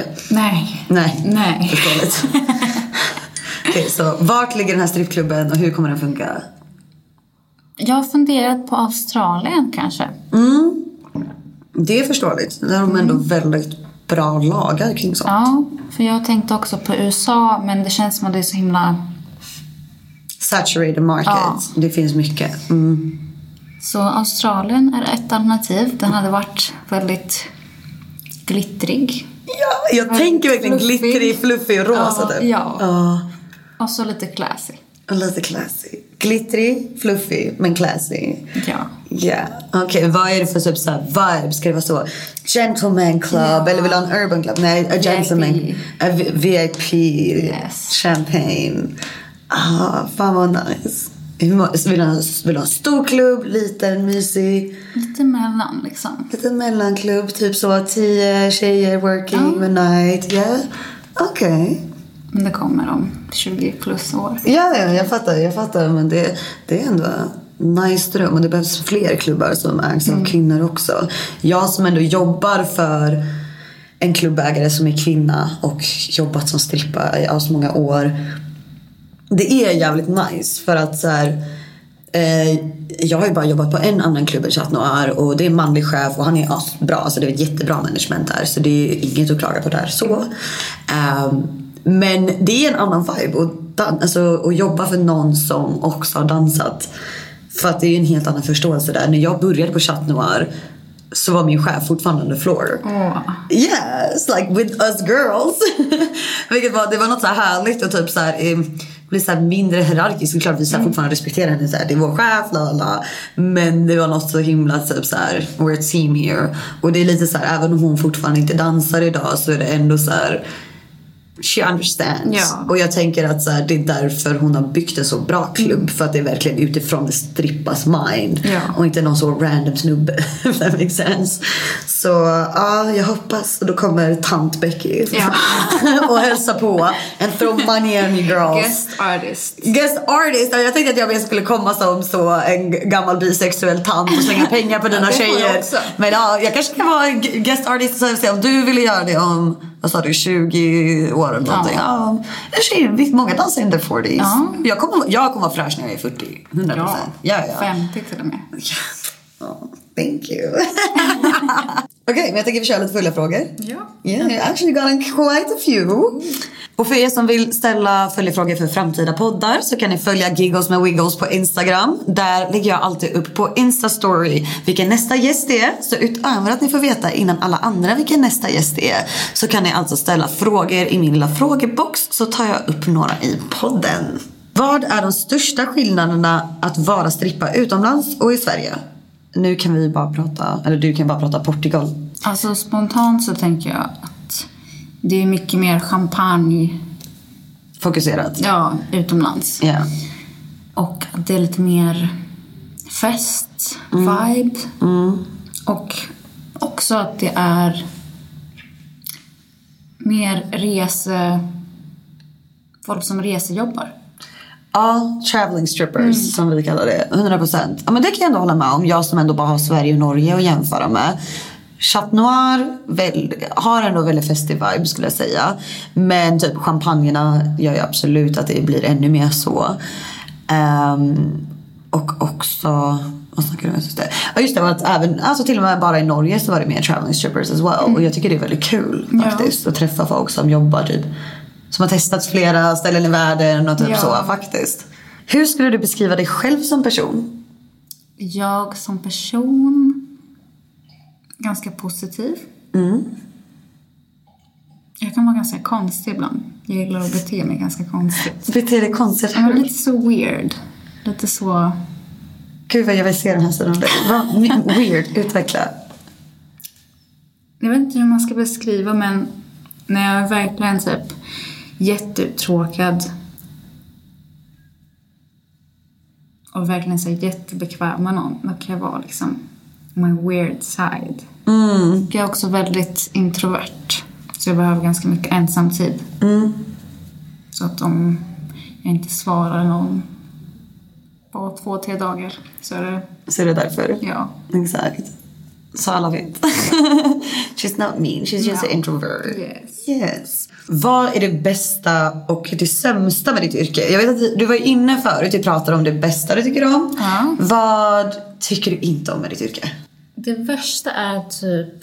[SPEAKER 6] Nej.
[SPEAKER 5] Förståeligt. Okej, så vart ligger den här strippklubben och hur kommer den funka?
[SPEAKER 6] Jag har funderat på Australien kanske.
[SPEAKER 5] Det är förståeligt. Där har de ändå väldigt bra lagar kring sånt.
[SPEAKER 6] Ja, för jag tänkte också på USA, men det känns som att det är så himla...
[SPEAKER 5] Saturated market. Ja. Det finns mycket.
[SPEAKER 6] Så Australien är ett alternativ. Den hade varit väldigt glittrig.
[SPEAKER 5] Ja, jag tänker verkligen glittrig, fluffig och rosa.
[SPEAKER 6] Ja. Och så lite classy.
[SPEAKER 5] Lite classy. Glittrig, fluffy, men classy.
[SPEAKER 6] Ja.
[SPEAKER 5] Okej, vad är det för typ så här vibe? Ska det vara så gentleman club eller vill du ha en urban club? Nej, a gentleman. VIP.
[SPEAKER 6] Yes.
[SPEAKER 5] Champagne. Fan vad nice. Vill du ha en stor klubb, liten, mysig?
[SPEAKER 6] Lite mellan liksom.
[SPEAKER 5] Lite mellanklubb, typ så 10 tjejer working the night. Okej.
[SPEAKER 6] Men det kommer om 20 plus år.
[SPEAKER 5] Ja, jag fattar. Men det är ändå nice dröm. Och det behövs fler klubbar som ägs av kvinnor också. Jag som ändå jobbar för en klubbägare som är kvinna och jobbat som strippa i så många år. Det är jävligt nice för att så här, jag har ju bara jobbat på en annan klubb i Chat Noir och det är en manlig chef och han är bra, alltså det är ett jättebra management där, så det är inget att klaga på där så. Men det är en annan vibe och jobba för någon som också har dansat, för att det är en helt annan förståelse där. När jag började på Chat Noir så var min chef fortfarande on the floor. Yes, like with us girls. Vilket det var något så här härligt och typ så här bli så här mindre hierarkiskt. Klart vi så här fortfarande respekterar henne så här, det är vår chef, lalala. Men det var något så himla typ så här, we're a team here. Och det är lite så här, även om hon fortfarande inte dansar idag så är det ändå så här, she understands.
[SPEAKER 6] Ja.
[SPEAKER 5] Och jag tänker att så här, det är därför hon har byggt en så bra klubb. För att det är verkligen utifrån strippas mind.
[SPEAKER 6] Ja.
[SPEAKER 5] Och inte någon så random snubbe. If that makes sense. Så ja, jag hoppas. Och då kommer tant Becky och hälsa på. And throw money on you girls. Guest artist. Jag tänkte att jag skulle komma som så en gammal bisexuell tant och slänga pengar på dina tjejer. Men ja, jag kanske kan vara guest artist och säga om du ville göra det om, vad sa du, 20 år eller någonting. Ja. Många dansar in the 40s. Ja. Jag kommer vara fräsch när jag är 40. 100%. Ja.
[SPEAKER 6] 50 till och med.
[SPEAKER 5] Oh, thank you. Okej, men jag tänker vi kör lite fulla frågor.
[SPEAKER 6] Ja.
[SPEAKER 5] Yeah, I actually got quite a few. Och för er som vill ställa följdfrågor för framtida poddar så kan ni följa Giggles med Wiggles på Instagram. Där lägger jag alltid upp på Insta-story vilken nästa gäst är. Så utöver att ni får veta innan alla andra vilken nästa gäst är, så kan ni alltså ställa frågor i min lilla frågebox, så tar jag upp några i podden. Vad är de största skillnaderna att vara strippa utomlands och i Sverige? Nu kan vi bara prata, eller du kan bara prata Portugal.
[SPEAKER 6] Alltså spontant så tänker jag att det är mycket mer champagne
[SPEAKER 5] fokuserat.
[SPEAKER 6] Ja, utomlands.
[SPEAKER 5] Yeah.
[SPEAKER 6] Och att det är lite mer fest, vibe. Och också att det är mer folk som resejobbar.
[SPEAKER 5] Ja, traveling strippers som vi kallar det. 100%. Ja, men det kan jag ändå hålla med om. Jag som ändå bara har Sverige och Norge att jämföra med. Chat Noir har ändå väldigt festiv vibe skulle jag säga. Men typ champagnerna gör ju absolut att det blir ännu mer så. Och också... Vad snackar du om just det? Ja, just det, var att även, alltså till och med bara i Norge så var det mer traveling strippers as well. Och jag tycker det är väldigt kul faktiskt. Att träffa folk som jobbar typ, som har testat flera ställen i världen och typ så faktiskt. Hur skulle du beskriva dig själv som person?
[SPEAKER 6] Jag som person... ganska positiv. Jag kan vara ganska konstig ibland. Jag gillar att bete mig ganska konstigt.
[SPEAKER 5] Bete dig konstigt?
[SPEAKER 6] Jag är lite så weird. Lite så...
[SPEAKER 5] Gud vad jag vill se den här sidan. Weird, utveckla.
[SPEAKER 6] Jag vet inte hur man ska beskriva, men när jag är verkligen typ jätteuttråkad och verkligen så jättebekväm med någon, då kan jag vara liksom my weird side. Jag är också väldigt introvert, så jag behöver ganska mycket ensamtid. Så att om jag inte svarar någon på 2-3 dagar så är
[SPEAKER 5] det därför.
[SPEAKER 6] Ja.
[SPEAKER 5] Exakt. Så alla vet. She's not mean, she's just an introvert. Yes. Vad är det bästa och det sämsta med ditt yrke? Jag vet att du var inne förut, du pratade om det bästa du tycker om. Vad tycker du inte om med ditt yrke?
[SPEAKER 6] Det värsta är typ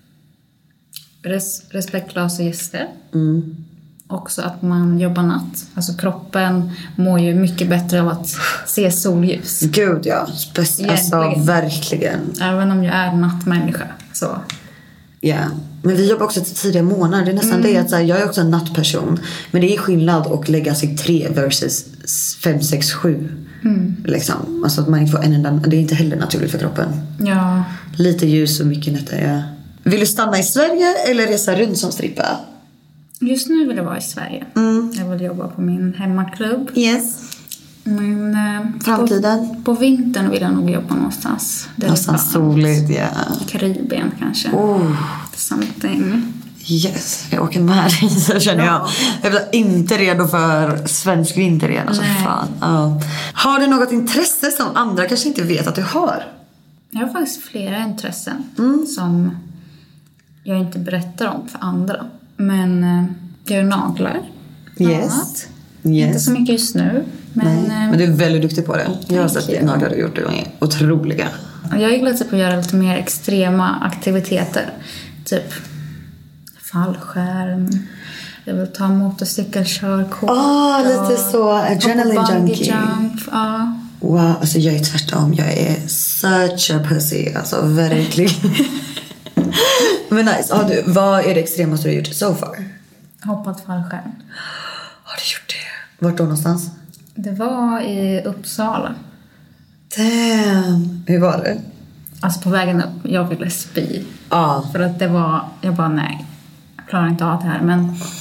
[SPEAKER 6] respektlösa gäster. Också att man jobbar natt. Alltså kroppen mår ju mycket bättre av att se solljus.
[SPEAKER 5] Gud ja, alltså verkligen.
[SPEAKER 6] Även om jag är nattmänniska så.
[SPEAKER 5] Ja, men vi jobbar också till tidiga månader. Det är nästan det att så här, jag är också en nattperson. Men det är skillnad att lägga sig 3 versus 5, 6, 7 liksom. Alltså att man inte får en enda. Det är inte heller naturligt för kroppen.
[SPEAKER 6] Ja.
[SPEAKER 5] Lite ljus och mycket nätter, ja. Vill du stanna i Sverige eller resa runt som strippa?
[SPEAKER 6] Just nu vill jag vara i Sverige. Jag vill jobba på min hemmaklubb.
[SPEAKER 5] Yes.
[SPEAKER 6] Men
[SPEAKER 5] framtiden?
[SPEAKER 6] På vintern vill jag nog jobba någonstans.
[SPEAKER 5] Någonstans soligt, ja.
[SPEAKER 6] Karibien kanske. Something.
[SPEAKER 5] Yes, jag åker med dig så känner jag. Jag blir inte redo för svensk vinter igen. Alltså, fan. Har du något intresse som andra kanske inte vet att du har?
[SPEAKER 6] Jag har faktiskt flera intressen som jag inte berättar om för andra. Men jag gör naglar.
[SPEAKER 5] Yes.
[SPEAKER 6] Inte så mycket just nu.
[SPEAKER 5] Men du är väldigt duktig på det. Jag har sett dina naglar du gjort. De är otroliga.
[SPEAKER 6] Jag gillar typ att göra lite mer extrema aktiviteter. Typ fallskärm. Jag vill ta motorcykelkörkort.
[SPEAKER 5] Lite så adrenaline junkie. Wow, alltså jag är tvärtom. Jag är such a pussy. Alltså verkligen. Men nice. Vad är det extremaste du har gjort so far?
[SPEAKER 6] Hoppat fallskärm.
[SPEAKER 5] Har du gjort det? Vart då någonstans?
[SPEAKER 6] Det var i Uppsala.
[SPEAKER 5] Damn. Hur var det?
[SPEAKER 6] Alltså på vägen upp, jag ville spy. För att det var, jag bara nej, jag klarar inte av det här. Men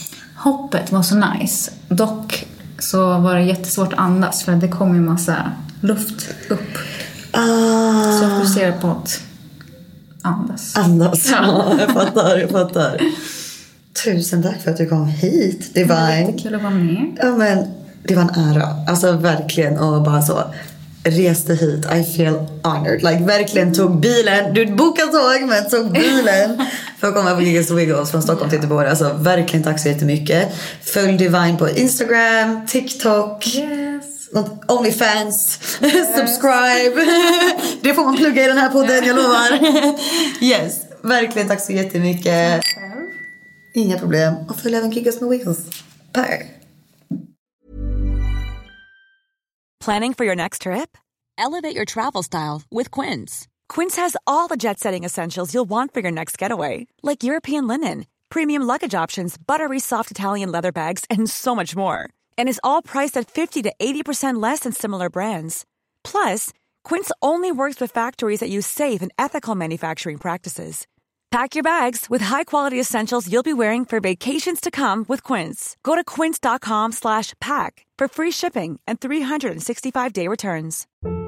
[SPEAKER 6] hoppet var så nice. Dock så var det jättesvårt att andas för det kom ju massa luft upp. Så jag fokuserar på att andas.
[SPEAKER 5] Ja, jag fattar. Tusen tack för att du kom hit, Divine.
[SPEAKER 6] Det var jättekul att vara med.
[SPEAKER 5] Ja, men det var en ära. Alltså verkligen. Och bara så reste hit. I feel honored. Like verkligen tog bilen. Du bokade tåg men tog bilen för att komma på Giggles to Wiggles från Stockholm till Göteborg. Alltså verkligen tack så jättemycket. Följ Divine på Instagram, TikTok.
[SPEAKER 6] Yes.
[SPEAKER 5] OnlyFans. Subscribe. Det får man plugga i den här podden, jag lovar. Yes. Verkligen tack så jättemycket. Inga problem. Och följ även Giggles to Wiggles. Bye.
[SPEAKER 11] Planning for your next trip? Elevate your travel style with Quince. Quince has all the jet-setting essentials you'll want for your next getaway, like European linen, premium luggage options, buttery soft Italian leather bags, and so much more. And is all priced at 50 to 80% less than similar brands. Plus, Quince only works with factories that use safe and ethical manufacturing practices. Pack your bags with high-quality essentials you'll be wearing for vacations to come with Quince. Go to quince.com/pack for free shipping and 365-day returns.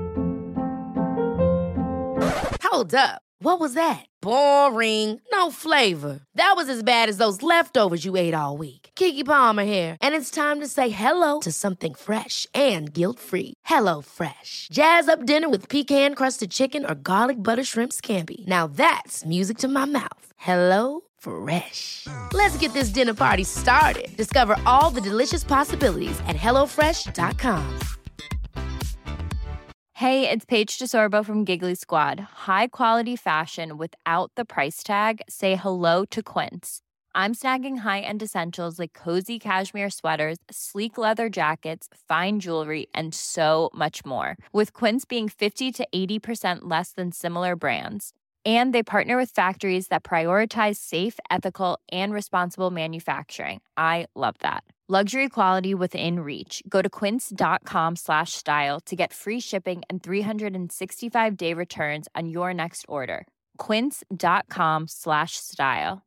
[SPEAKER 2] Hold up. What was that? Boring. No flavor. That was as bad as those leftovers you ate all week. Keke Palmer here, and it's time to say hello to something fresh and guilt-free. Hello Fresh. Jazz up dinner with pecan-crusted chicken or garlic butter shrimp scampi. Now that's music to my mouth. Hello Fresh. Let's get this dinner party started. Discover all the delicious possibilities at hellofresh.com.
[SPEAKER 12] Hey, it's Paige DeSorbo from Giggly Squad. High quality fashion without the price tag. Say hello to Quince. I'm snagging high-end essentials like cozy cashmere sweaters, sleek leather jackets, fine jewelry, and so much more. With Quince being 50 to 80% less than similar brands. And they partner with factories that prioritize safe, ethical, and responsible manufacturing. I love that. Luxury quality within reach. Go to quince.com/style to get free shipping and 365-day returns on your next order. Quince.com/style.